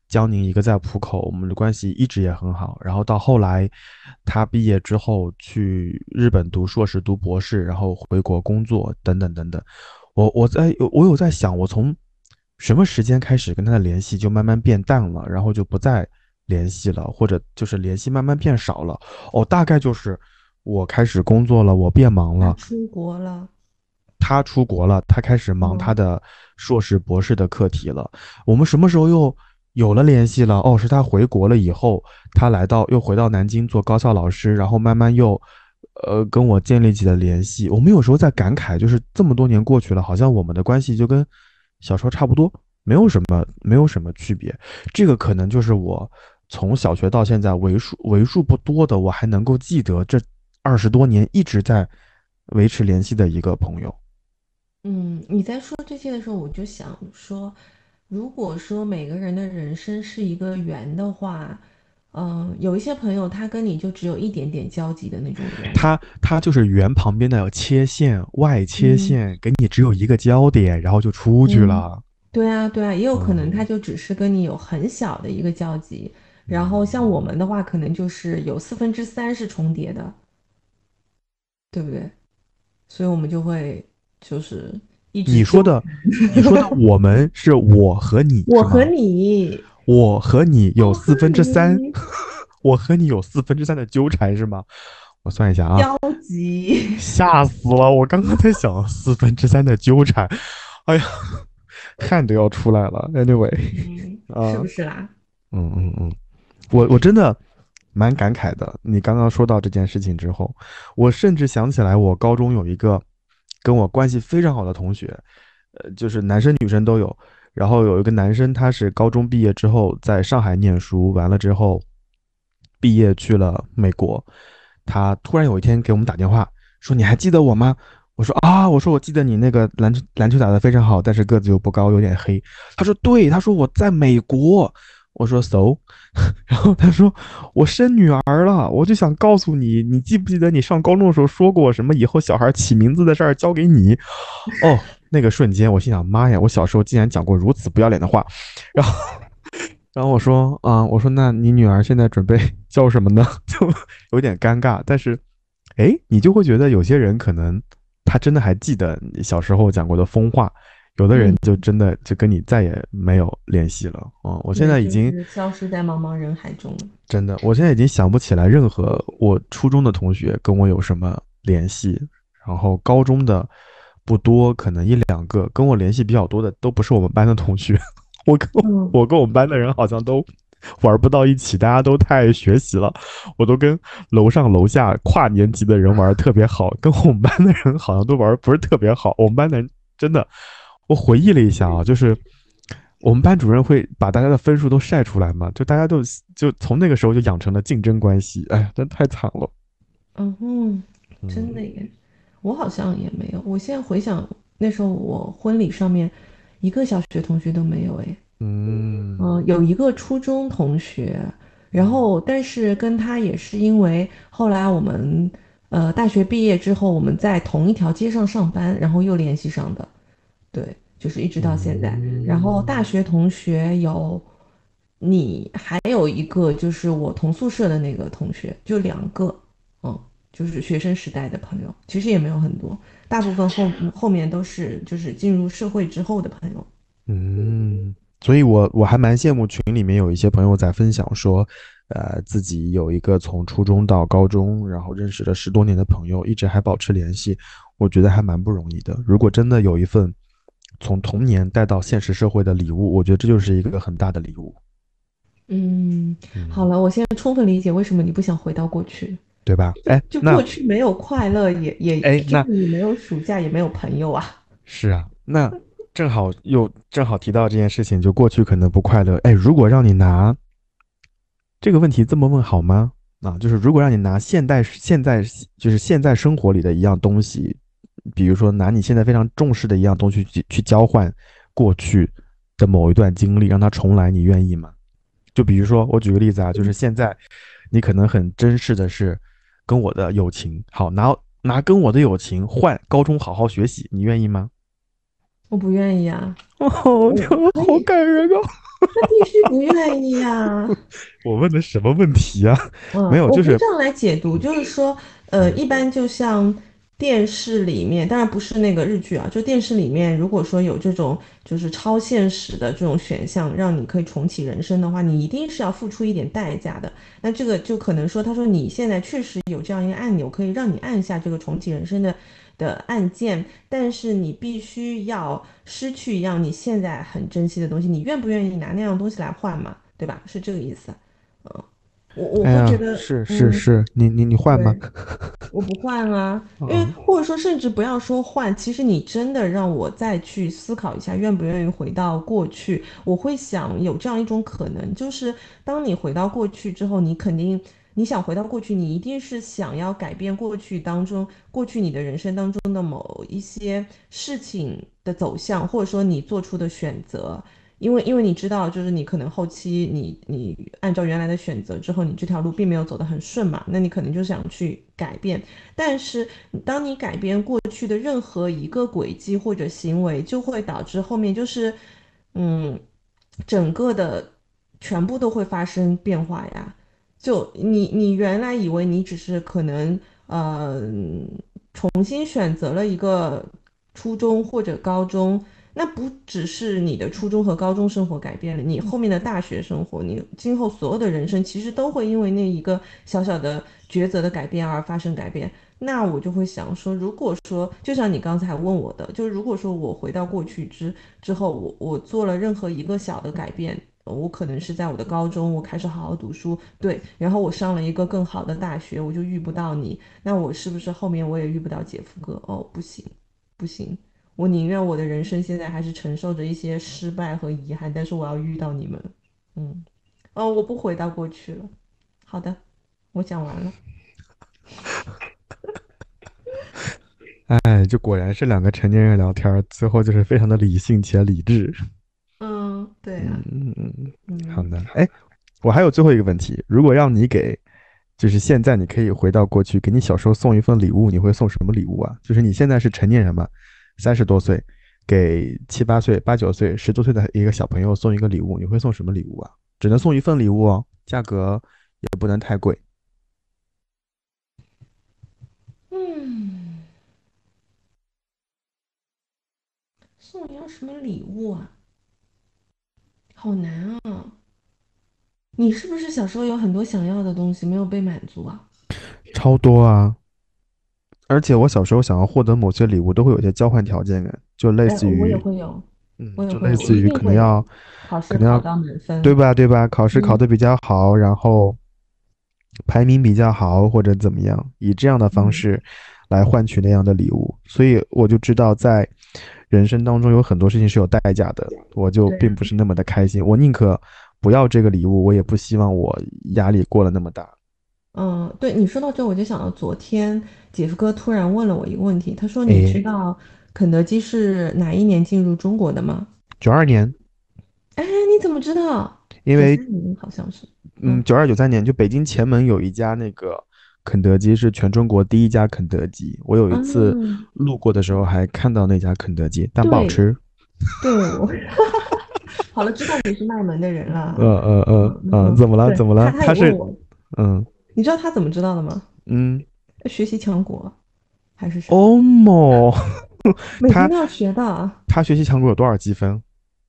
江宁，一个在浦口，我们的关系一直也很好。然后到后来，他毕业之后去日本读硕士、读博士，然后回国工作，等等等等。我我在我有在想，我从什么时间开始跟他的联系就慢慢变淡了，然后就不再联系了，或者就是联系慢慢变少了。哦，大概就是我开始工作了，我变忙了， 他出国了。 他出国了，他开始忙他的硕士、博士的课题了。我们什么时候又有了联系了？哦，是他回国了以后，他来到又回到南京做高校老师，然后慢慢又呃跟我建立起了联系。我们有时候在感慨，就是这么多年过去了，好像我们的关系就跟小时候差不多，没有什么没有什么区别。这个可能就是我从小学到现在为数为数不多的，我还能够记得这二十多年一直在维持联系的一个朋友。 嗯，你在说这些的时候，我就想说，如果说每个人的人生是一个圆的话，嗯、有一些朋友他跟你就只有一点点交集的那种人。 它它就是圆旁边的切线，外切嗯线，给你只有一个焦点，然后就出去嗯， 了。 对啊对啊，也有可能他嗯就只是跟你有很小的一个交集，然后像嗯， 我们的话，可能就是有四分之三是重叠的，对不对？所以我们就会就是一直纠你说的，你说的我们是我和你我和是吗？ 你， 我和你有我和四分之三， 你我和你有四分之三的纠缠是吗？我算一下啊， 交集。 吓死了！我刚刚在想四分之三的纠缠，哎呀，汗都要出来了。Anyway， 嗯，是啊， 不是啦？ 嗯嗯嗯，我我真的蛮感慨的。你刚刚说到这件事情之后，我甚至想起来，我高中有一个跟我关系非常好的同学，呃，就是男生女生都有。然后有一个男生，他是高中毕业之后在上海念书，完了之后毕业去了美国。他突然有一天给我们打电话，说：“你还记得我吗？”我说：“啊，我说我记得你那个篮球篮球打得非常好，但是个子又不高，有点黑。”他说：“对，他说我在美国。”我说 “so”，然后他说我生女儿了，我就想告诉你，你记不记得你上高中的时候说过什么以后小孩起名字的事儿交给你？哦，那个瞬间我心想，妈呀，我小时候竟然讲过如此不要脸的话。然后，然后我说啊、我说那你女儿现在准备叫什么呢？就有点尴尬，但是，哎，你就会觉得有些人可能他真的还记得你小时候讲过的疯话。有的人嗯， 就真的就跟你再也没有联系了。嗯，我现对， 在已经就是消失在茫茫人海中了。 真的，我现在已经想不起来任何我初中的同学跟我有什么联系，然后高中的不多，可能一两个，跟我联系比较多的都不是我们班的同学。我跟嗯我跟我们班的人好像都玩不到一起，大家都太爱学习了。我都跟楼上楼下跨年级的人玩特别好，跟我们班的人好像都玩不是特别好。我们班的人真的，我回忆了一下啊，就是我们班主任会把大家的分数都晒出来嘛，就大家都就从那个时候就养成了竞争关系。哎呀，真太惨了。 嗯哼，真嗯的耶，我好像也没有。我现在回想那时候我婚礼上面一个小学同学都没有哎。 嗯嗯，有一个初中同学，然后但是跟他也是因为后来我们呃大学毕业之后，我们在同一条街上上班，然后又联系上的，对，就是一直到现在。然后大嗯学同学有你，还有一个就是我同宿舍的那个同学，就两个，嗯，就是学生时代的朋友，其实也没有很多，大部分后后面都是就是进入社会之后的朋友。 嗯，所以我我还蛮羡慕群里面有一些朋友在分享说，呃，自己有一个从初中到高中，然后认识了十多年的朋友，一直还保持联系，我觉得还蛮不容易的。如果真的有一份从童年带到现实社会的礼物，我觉得这就是一个很大的礼物。 嗯，好嗯， 了，我现在充分理解为什么你不想回到过去。 对吧？ 就哎， 就过那去没有快乐，也也哎，那就是你没有暑假，也没有朋友啊。 是啊，那正好又正好提到这件事情，就过去可能不快乐。哎，如果让你拿这个问题这么问好吗？啊，就是如果让你拿现代现在就是现在生活里的一样东西，比如说拿你现在非常重视的一样东西去去交换过去的某一段经历，让它重来，你愿意吗？就比如说我举个例子啊，就是现在你可能很珍视的是跟我的友情，好，拿拿跟我的友情换高中好好学习，你愿意吗？ 我不愿意啊。 哦，这我个好可以， 感人啊！ 那必须不愿意呀。 我问的什么问题呀？没嗯， 有， 我就是可以这样来解读，就是说，呃， 嗯， 一般就像电视里面，当然不是那个日剧啊，就电视里面，如果说有这种就是超现实的这种选项，让你可以重启人生的话，你一定是要付出一点代价的。那这个就可能说，他说你现在确实有这样一个按钮，可以让你按下这个重启人生的的按键，但是你必须要失去一样你现在很珍惜的东西，你愿不愿意拿那样东西来换嘛？对吧？是这个意思。嗯。我我哎呀， 会觉得， 是是嗯， 是，你你你换吗？ 对，我不换啊，因为嗯， 或者说甚至不要说换，其实你真的让我再去思考一下，愿不愿意回到过去，我会想有这样一种可能，就是当你回到过去之后，你肯定你想回到过去，你一定是想要改变过去当中，过去你的人生当中的某一些事情的走向，或者说你做出的选择。因为因为你知道，就是你可能后期你你按照原来的选择之后，你这条路并没有走得很顺嘛，那你可能就想去改变。但是当你改变过去的任何一个轨迹或者行为，就会导致后面就是嗯，整个的全部都会发生变化呀。就你你原来以为你只是可能呃重新选择了一个初中或者高中。那不只是你的初中和高中生活改变了，你后面的大学生活，你今后所有的人生，其实都会因为那一个小小的抉择的改变而发生改变。那我就会想说，如果说，就像你刚才问我的，就是如果说我回到过去之之后，我我做了任何一个小的改变，我可能是在我的高中，我开始好好读书，对，然后我上了一个更好的大学，我就遇不到你，那我是不是后面我也遇不到姐夫哥？哦，不行，不行。我宁愿我的人生现在还是承受着一些失败和遗憾，但是我要遇到你们。嗯，哦，我不回到过去了。好的，我讲完了。 哎，就果然是两个成年人聊天儿，最后就是非常的理性且理智。 嗯，对嗯啊， 嗯嗯，好嗯的。哎，我还有最后一个问题，如果让你给，就是现在你可以回到过去，给你小时候送一份礼物，你会送什么礼物啊？就是你现在是成年人嘛，三十多岁，给七八岁、八九岁、十多岁的一个小朋友送一个礼物，你会送什么礼物啊？只能送一份礼物哦，价格也不能太贵。 嗯，送你要什么礼物啊？好难啊！你是不是小时候有很多想要的东西没有被满足啊？ 超多啊！而且我小时候想要获得某些礼物，都会有一些交换条件的，就类哎，我也似于， 会有， 嗯， 我也会有，我一就类似于定会有。 可能要， 考试可能要， 考到满分， 对吧？对吧？考试考嗯得比较好，然后排名比较好，或者怎么样，以这样的方嗯， 式来换取那样的礼物。所以我就知道，在人生当中有很多事情是有代价的，我就对。 并不是那么的开心。我宁可不要这个礼物，我也不希望我压力过了那么大。 嗯，对你说到这，我就想到昨天姐夫哥突然问了我一个问题，他说：“你知诶， 道肯德基是哪一年进入中国的吗？” 九二年， 哎，你怎么知道？ 因为九三年好像是。 嗯， 嗯九二九三年，就北京前门有一家那个肯德基，是全中国第一家肯德基。我有一次嗯， 路过的时候还看到那家肯德基，但不好对吃。 对，我好了，知道你是卖萌的人呃了。 呃呃嗯呃，怎嗯， 么了？ 对， 怎么了？ 他他也他是问我， 嗯你知道他怎么知道的吗？ 嗯， 学习强国还是啥？ 欧某， 每天他都要学的。 他学习强国有多少积分？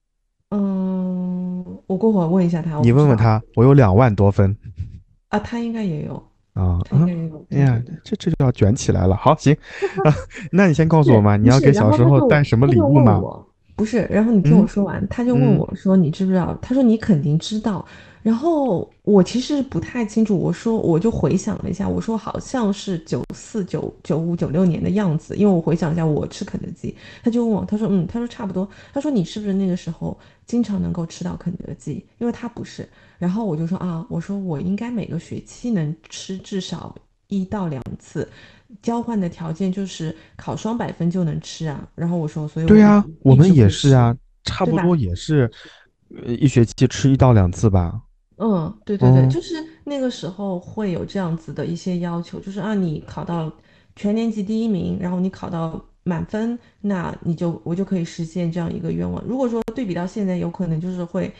嗯，我过会儿问一下他，我你不知道问问他，我有两万多分啊，他应该也有， 啊啊！ 他应该也有， 哎呀， 对对对。 这这就要卷起来了。好，行，啊，那你先告诉我嘛，你要是不是？然给小时后他就候带什么他就礼物吗？ 问我，不是，然后你听我嗯说完，他就问嗯我说：“你知不知道？”他说：“你肯定知道。”然后我其实不太清楚，我说我就回想了一下，我说好像是九四、九九五、九六年的样子，因为我回想一下，我吃肯德基，他就问我，他说：“嗯，他说差不多。”他说：“你是不是那个时候经常能够吃到肯德基？”因为他不是。然后我就说啊，我说我应该每个学期能吃至少一到两次，交换的条件就是考双百分就能吃啊。然后我说，所以我一对呀， 直一直我们也会吃， 是啊，差不多对吧？ 也是，呃，一学期吃一到两次吧。 嗯，对对对， 嗯， 就是那个时候会有这样子的一些要求，就是啊，你考到全年级第一名，然后你考到满分，那你就我就可以实现这样一个愿望。如果说对比到现在，有可能就是会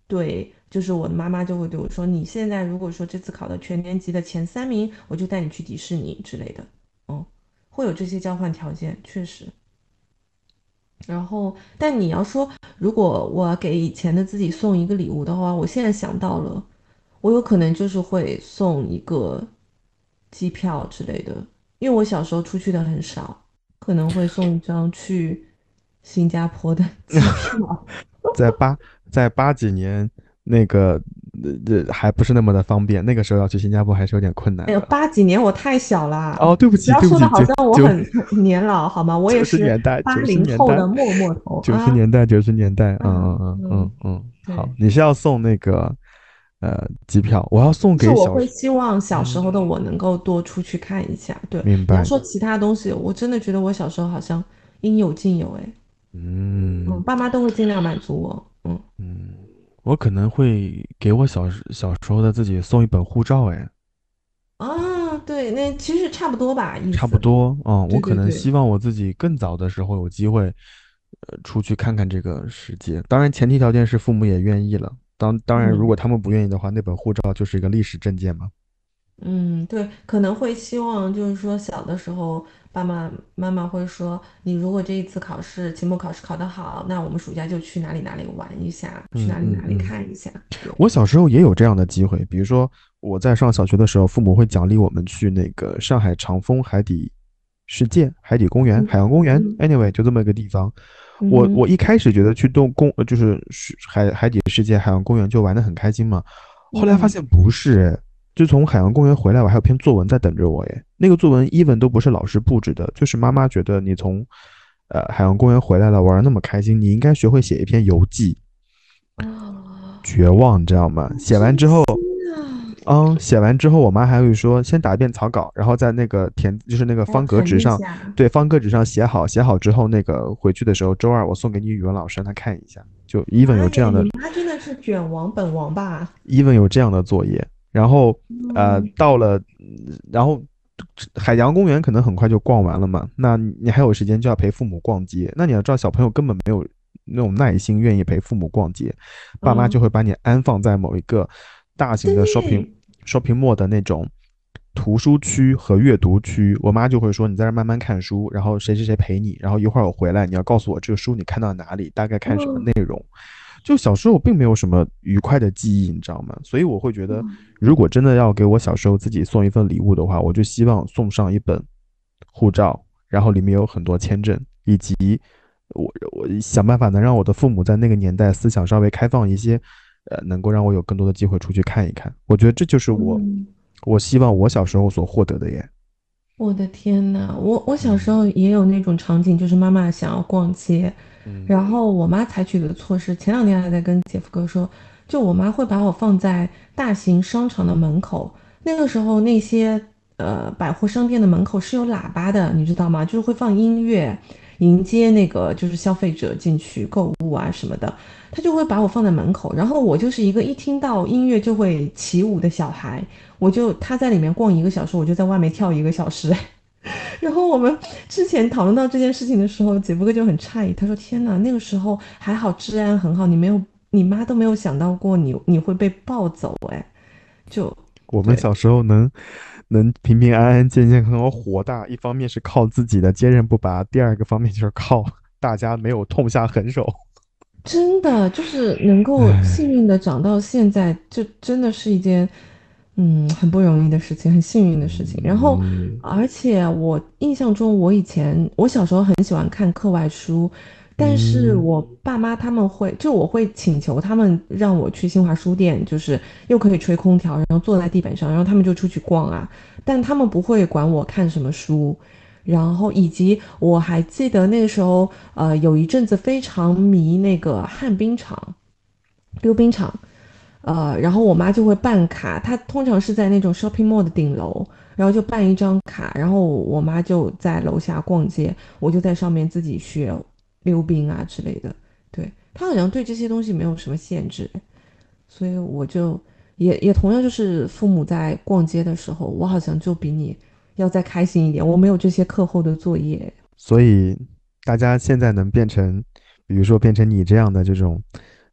对，就是我的妈妈就会对我说，你现在如果说这次考的全年级的前三名，我就带你去迪士尼之类的。嗯，会有这些交换条件，确实。然后，但你要说，如果我给以前的自己送一个礼物的话，我现在想到了，我有可能就是会送一个机票之类的，因为我小时候出去的很少，可能会送一张去新加坡的机票。 在八在八几年那个呃呃还不是那么的方便，那个时候要去新加坡还是有点困难哎呦， 的。 八几年我太小啦， 哦，对不起， 你不要对不起，九说的好像我九很很年老好吗？我也九十是年代， 八九十零后的年代， 陌陌头九十啊。 年代，九十年代，嗯嗯嗯嗯嗯嗯， 嗯，好， 对。 你是要送那个呃机票，我要送就是我给小， 会希望小时嗯， 候的我能够多出去看一下。对， 明白， 你要说其他东西，我真的觉得我小时候好像应有尽有。哎，嗯， 嗯爸妈都会尽量满足我。嗯嗯，我可能会给我小时小时候的自己送一本护照，哎， 啊，对，那其实差不多吧，意差不思。 多，嗯，我对对对， 可能希望我自己更早的时候有机会，呃，出去看看这个世界。当然，前提条件是父母也愿意了。当当然，如果嗯。 他们不愿意的话，那本护照就是一个历史证件嘛。 嗯，对，可能会希望就是说小的时候，爸妈妈妈会说，你如果这一次考试，期末考试考得好，那我们暑假就去哪里哪里玩一下，去嗯哪里哪里嗯嗯， 看一下。对， 我小时候也有这样的机会，比如说我在上小学的时候，父母会奖励我们去那个上海长丰海底世界、海底公园、海嗯洋公园嗯 ，anyway 就这么一个地方。我我嗯哼一开始觉得去动公呃就是是海海底世界、海洋公园就玩得很开心嘛，后来发嗯， 现不是，哎，就从海洋公园回来，我还有篇作文在等着我，哎，那个作文 even 都不是老师布置的，就是妈妈觉得你从呃海洋公园回来了，玩得那么开心，你应该学会写一篇游记。 哦， 绝望，你知道吗？写完之后， 真心啊， 嗯，写完之后，我妈还会说，先打一遍草稿，然后在那个填，就是那个还要方格纸上， 沉一下。 对，方格纸上写好，写好之后，那个回去的时候，周二我送给你语文老师让他看一下。就 even 有妈耶， 这样的你妈真的是卷王本王吧？ ，even 有这样的作业，然后呃， 嗯到了，嗯然后海洋公园可能很快就逛完了嘛，那你还有时间就要陪父母逛街，那你要知道小朋友根本没有那种耐心愿意陪父母逛街，爸妈就嗯， 会把你安放在某一个大型的 shopping 对， shopping mall 的那种图书区和阅读区，我妈就会说你在这儿慢慢看书，然后谁谁谁陪你，然后一会儿我回来，你要告诉我这个书你看到哪里，大概看什么内嗯容。就小时候我并没有什么愉快的记忆，你知道吗？所以我会觉得， 嗯如果真的要给我小时候自己送一份礼物的话，我就希望送上一本护照，然后里面有很多签证，以及我我想办法能让我的父母在那个年代思想稍微开放一些，呃，能够让我有更多的机会出去看一看。我觉得这就是我嗯。 我希望我小时候所获得的耶。 我的天呐，我我小时嗯候也有那种场景，就是妈妈想要逛街， 嗯然后我妈采取的措施，前两天还在跟姐夫哥说，就我妈会把我放在大型商场的门口，那个时候那些呃百货商店的门口是有喇叭的，你知道吗？就是会放音乐，迎接那个就是消费者进去购物啊什么的，他就会把我放在门口，然后我就是一个一听到音乐就会起舞的小孩。我就他在里面逛一个小时，我就在外面跳一个小时。然后我们之前讨论到这件事情的时候，姐夫哥就很诧异，他说：“天哪，那个时候还好治安很好，你没有，你妈都没有想到过你你会被抱走。”哎，就对， 我们小时候能能平平安安、健健康康活大，一方面是靠自己的坚韧不拔，第二个方面就是靠大家没有痛下狠手。 真的就是能够幸唉， 运的长到现在，就真的是一件嗯很不容易的事情，很幸运的事情。然后， 嗯而且我印象中，我以前我小时候很喜欢看课外书，但是嗯， 我爸妈他们会，就我会请求他们让我去新华书店，就是又可以吹空调，然后坐在地板上，然后他们就出去逛啊，但他们不会管我看什么书。然后以及我还记得那个时候，呃，有一阵子非常迷那个旱冰场、溜冰场，呃，然后我妈就会办卡，她通常是在那种 shopping mall 的顶楼，然后就办一张卡，然后我妈就在楼下逛街，我就在上面自己学溜冰啊之类的。对，她好像对这些东西没有什么限制，所以我就也也同样就是父母在逛街的时候，我好像就比你要再开心一点，我没有这些课后的作业。 所以大家现在能变成，比如说变成你这样的这种，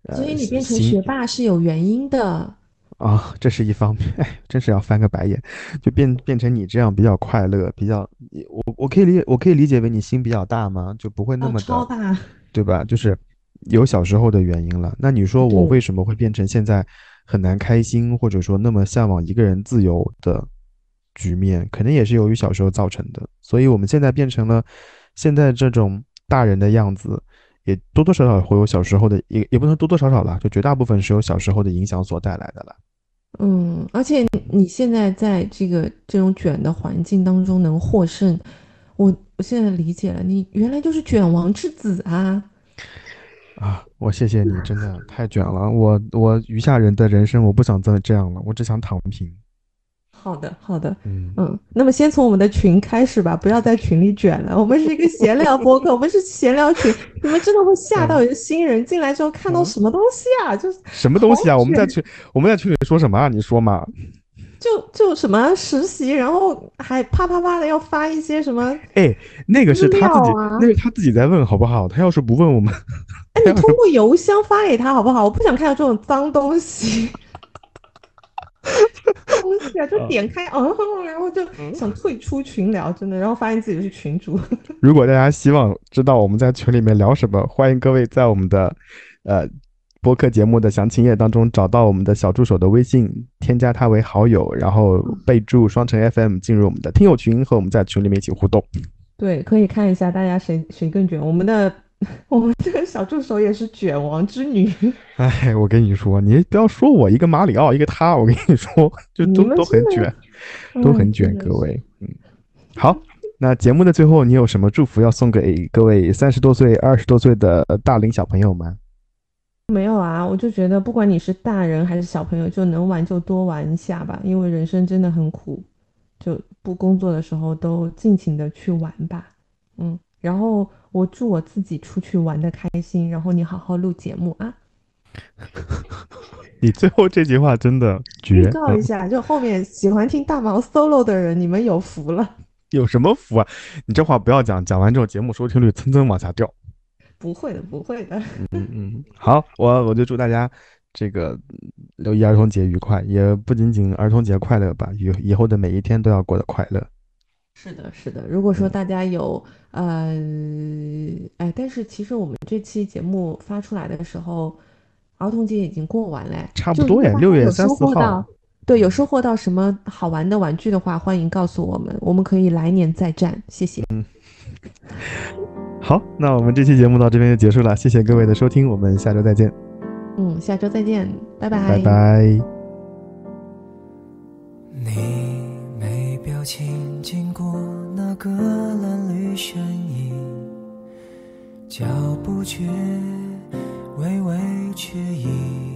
呃， 所以你变成行学霸是有原因的。 啊，这是一方面，哎，真是要翻个白眼，就变变成你这样比较快乐，比较，我我可以理解，我可以理解为你心比较大吗？就不会那哦， 么的， 超大。 对吧？就是有小时候的原因了。那你说我为对。 什么会变成现在很难开心，或者说那么向往一个人自由的局面，可能也是由于小时候造成的。所以我们现在变成了现在这种大人的样子，也多多少少会有小时候的，也也不能多多少少了，就绝大部分是由小时候的影响所带来的了。 嗯，而且你现在在这个这种卷的环境当中能获胜，我我现在理解了，你原来就是卷王之子啊！ 啊，我谢谢你，真的太卷了。我我余下人的人生，我不想再这样了，我只想躺平。 好的，好的。 嗯， 嗯，那么先从我们的群开始吧，不要在群里卷了。我们是一个闲聊播客，我们是闲聊群，你们真的会吓到嗯有些新人进来之后看到嗯， 什么东西啊？就是什么东好西啊？我们在卷， 群我们在群里说什么啊？你说嘛？ 就就什么实习，然后还啪啪啪的要发一些什么哎，那个资是他自己， 料啊。 那是他自己在问好不好？他要是不问我们， 哎， 他要是你通过邮箱发给他好不好？我不想看到这种脏东西。东西啊，就啊， 点开，嗯，然后就想退出群聊，真的，然后发现自己是群主。 如果大家希望知道我们在群里面聊什么，欢迎各位在我们的呃播客节目的详情页当中找到我们的小助手的微信，添加他为好友，然后备注双城 F M 进入我们的听友群，和我们在群里面一起互动。 对，可以看一下大家谁谁更卷。我们的我们这个小助手也是卷王之女。 哎，我跟你说，你不要说我一个马里奥，一个他，我跟你说，就你都都们真的， 很卷，都嗯， 很卷， 真的是。 各位。嗯，好，那节目的最后，你有什么祝福要送给各位三十多岁、二十多岁的大龄小朋友吗？ 没有啊，我就觉得不管你是大人还是小朋友，就能玩就多玩一下吧，因为人生真的很苦，就不工作的时候都尽情的去玩吧。嗯，然后我祝我自己出去玩的开心，然后你好好录节目啊。 你最后这句话真的预绝，嗯， 告一下，就后面喜欢听大毛 solo 的人，你们有福了。 有什么福啊？你这话不要讲，讲完之后节目收听率蹭蹭往下掉。 不会的，不会的。 嗯嗯，好，我我就祝大家这个六一儿童节愉快，也不仅仅儿童节快乐吧，以以后的每一天都要过得快乐。 是的，是的。如果说嗯， 大家有呃，哎，但是其实我们这期节目发出来的时候，儿童节已经过完嘞。 差不多呀， 就如果大六月家有收三四号。 获到，对，有收获到什么好玩的玩具的话，欢迎告诉我们，我们可以来年再战。谢谢。 嗯，好，那我们这期节目到这边就结束了，谢谢各位的收听，我们下周再见， 嗯，下周再见，拜拜拜。 拜。 你没表情经过那个蓝绿身影，脚步却微微迟疑，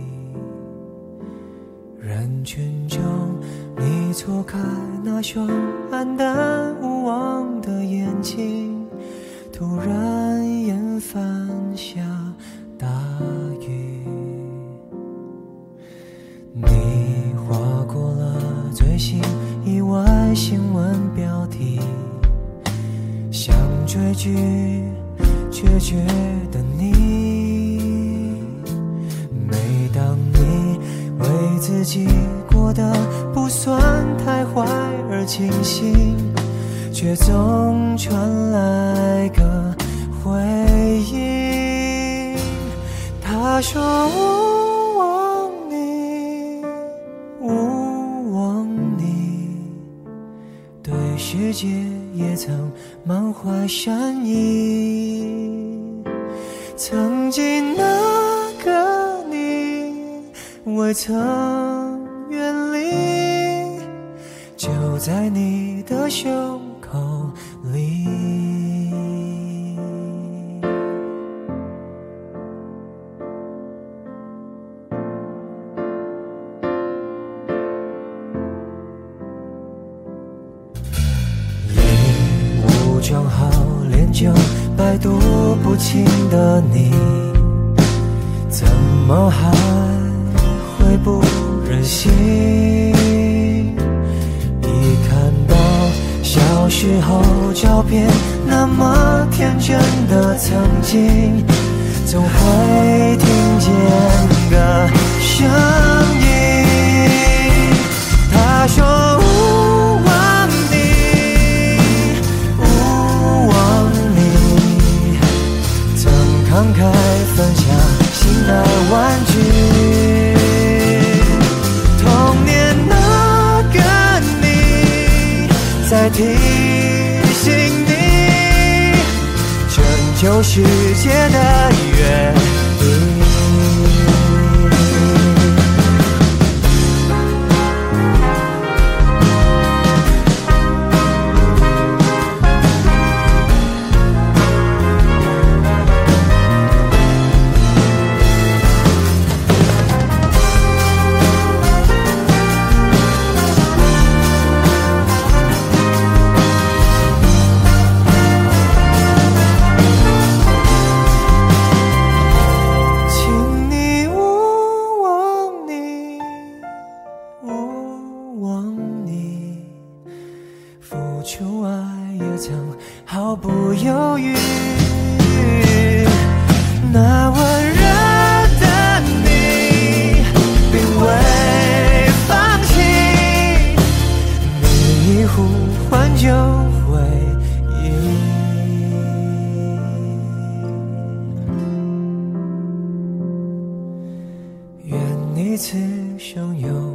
人群中你错开那双黯淡无望的眼睛，突然眼泛下大雨，你划过了最新意外新闻标题，想追剧却觉得腻，每当你为自己过得不算太坏而庆幸，却总传来个回应，他说勿忘你，勿忘你，对世界也曾满怀善意，曾经那个你未曾远离，就在你的胸口里。你武装好练就百毒不侵的你，怎么还会不忍心？一看到小时候照片那么天真的曾经，总会停见个声音，他说勿忘你，勿忘你，曾慷慨分享心爱玩具，童年那个你在提醒你，拯救世界的约定。毫不犹豫，那温热的你并未放弃，你一呼唤就回应，愿你此生有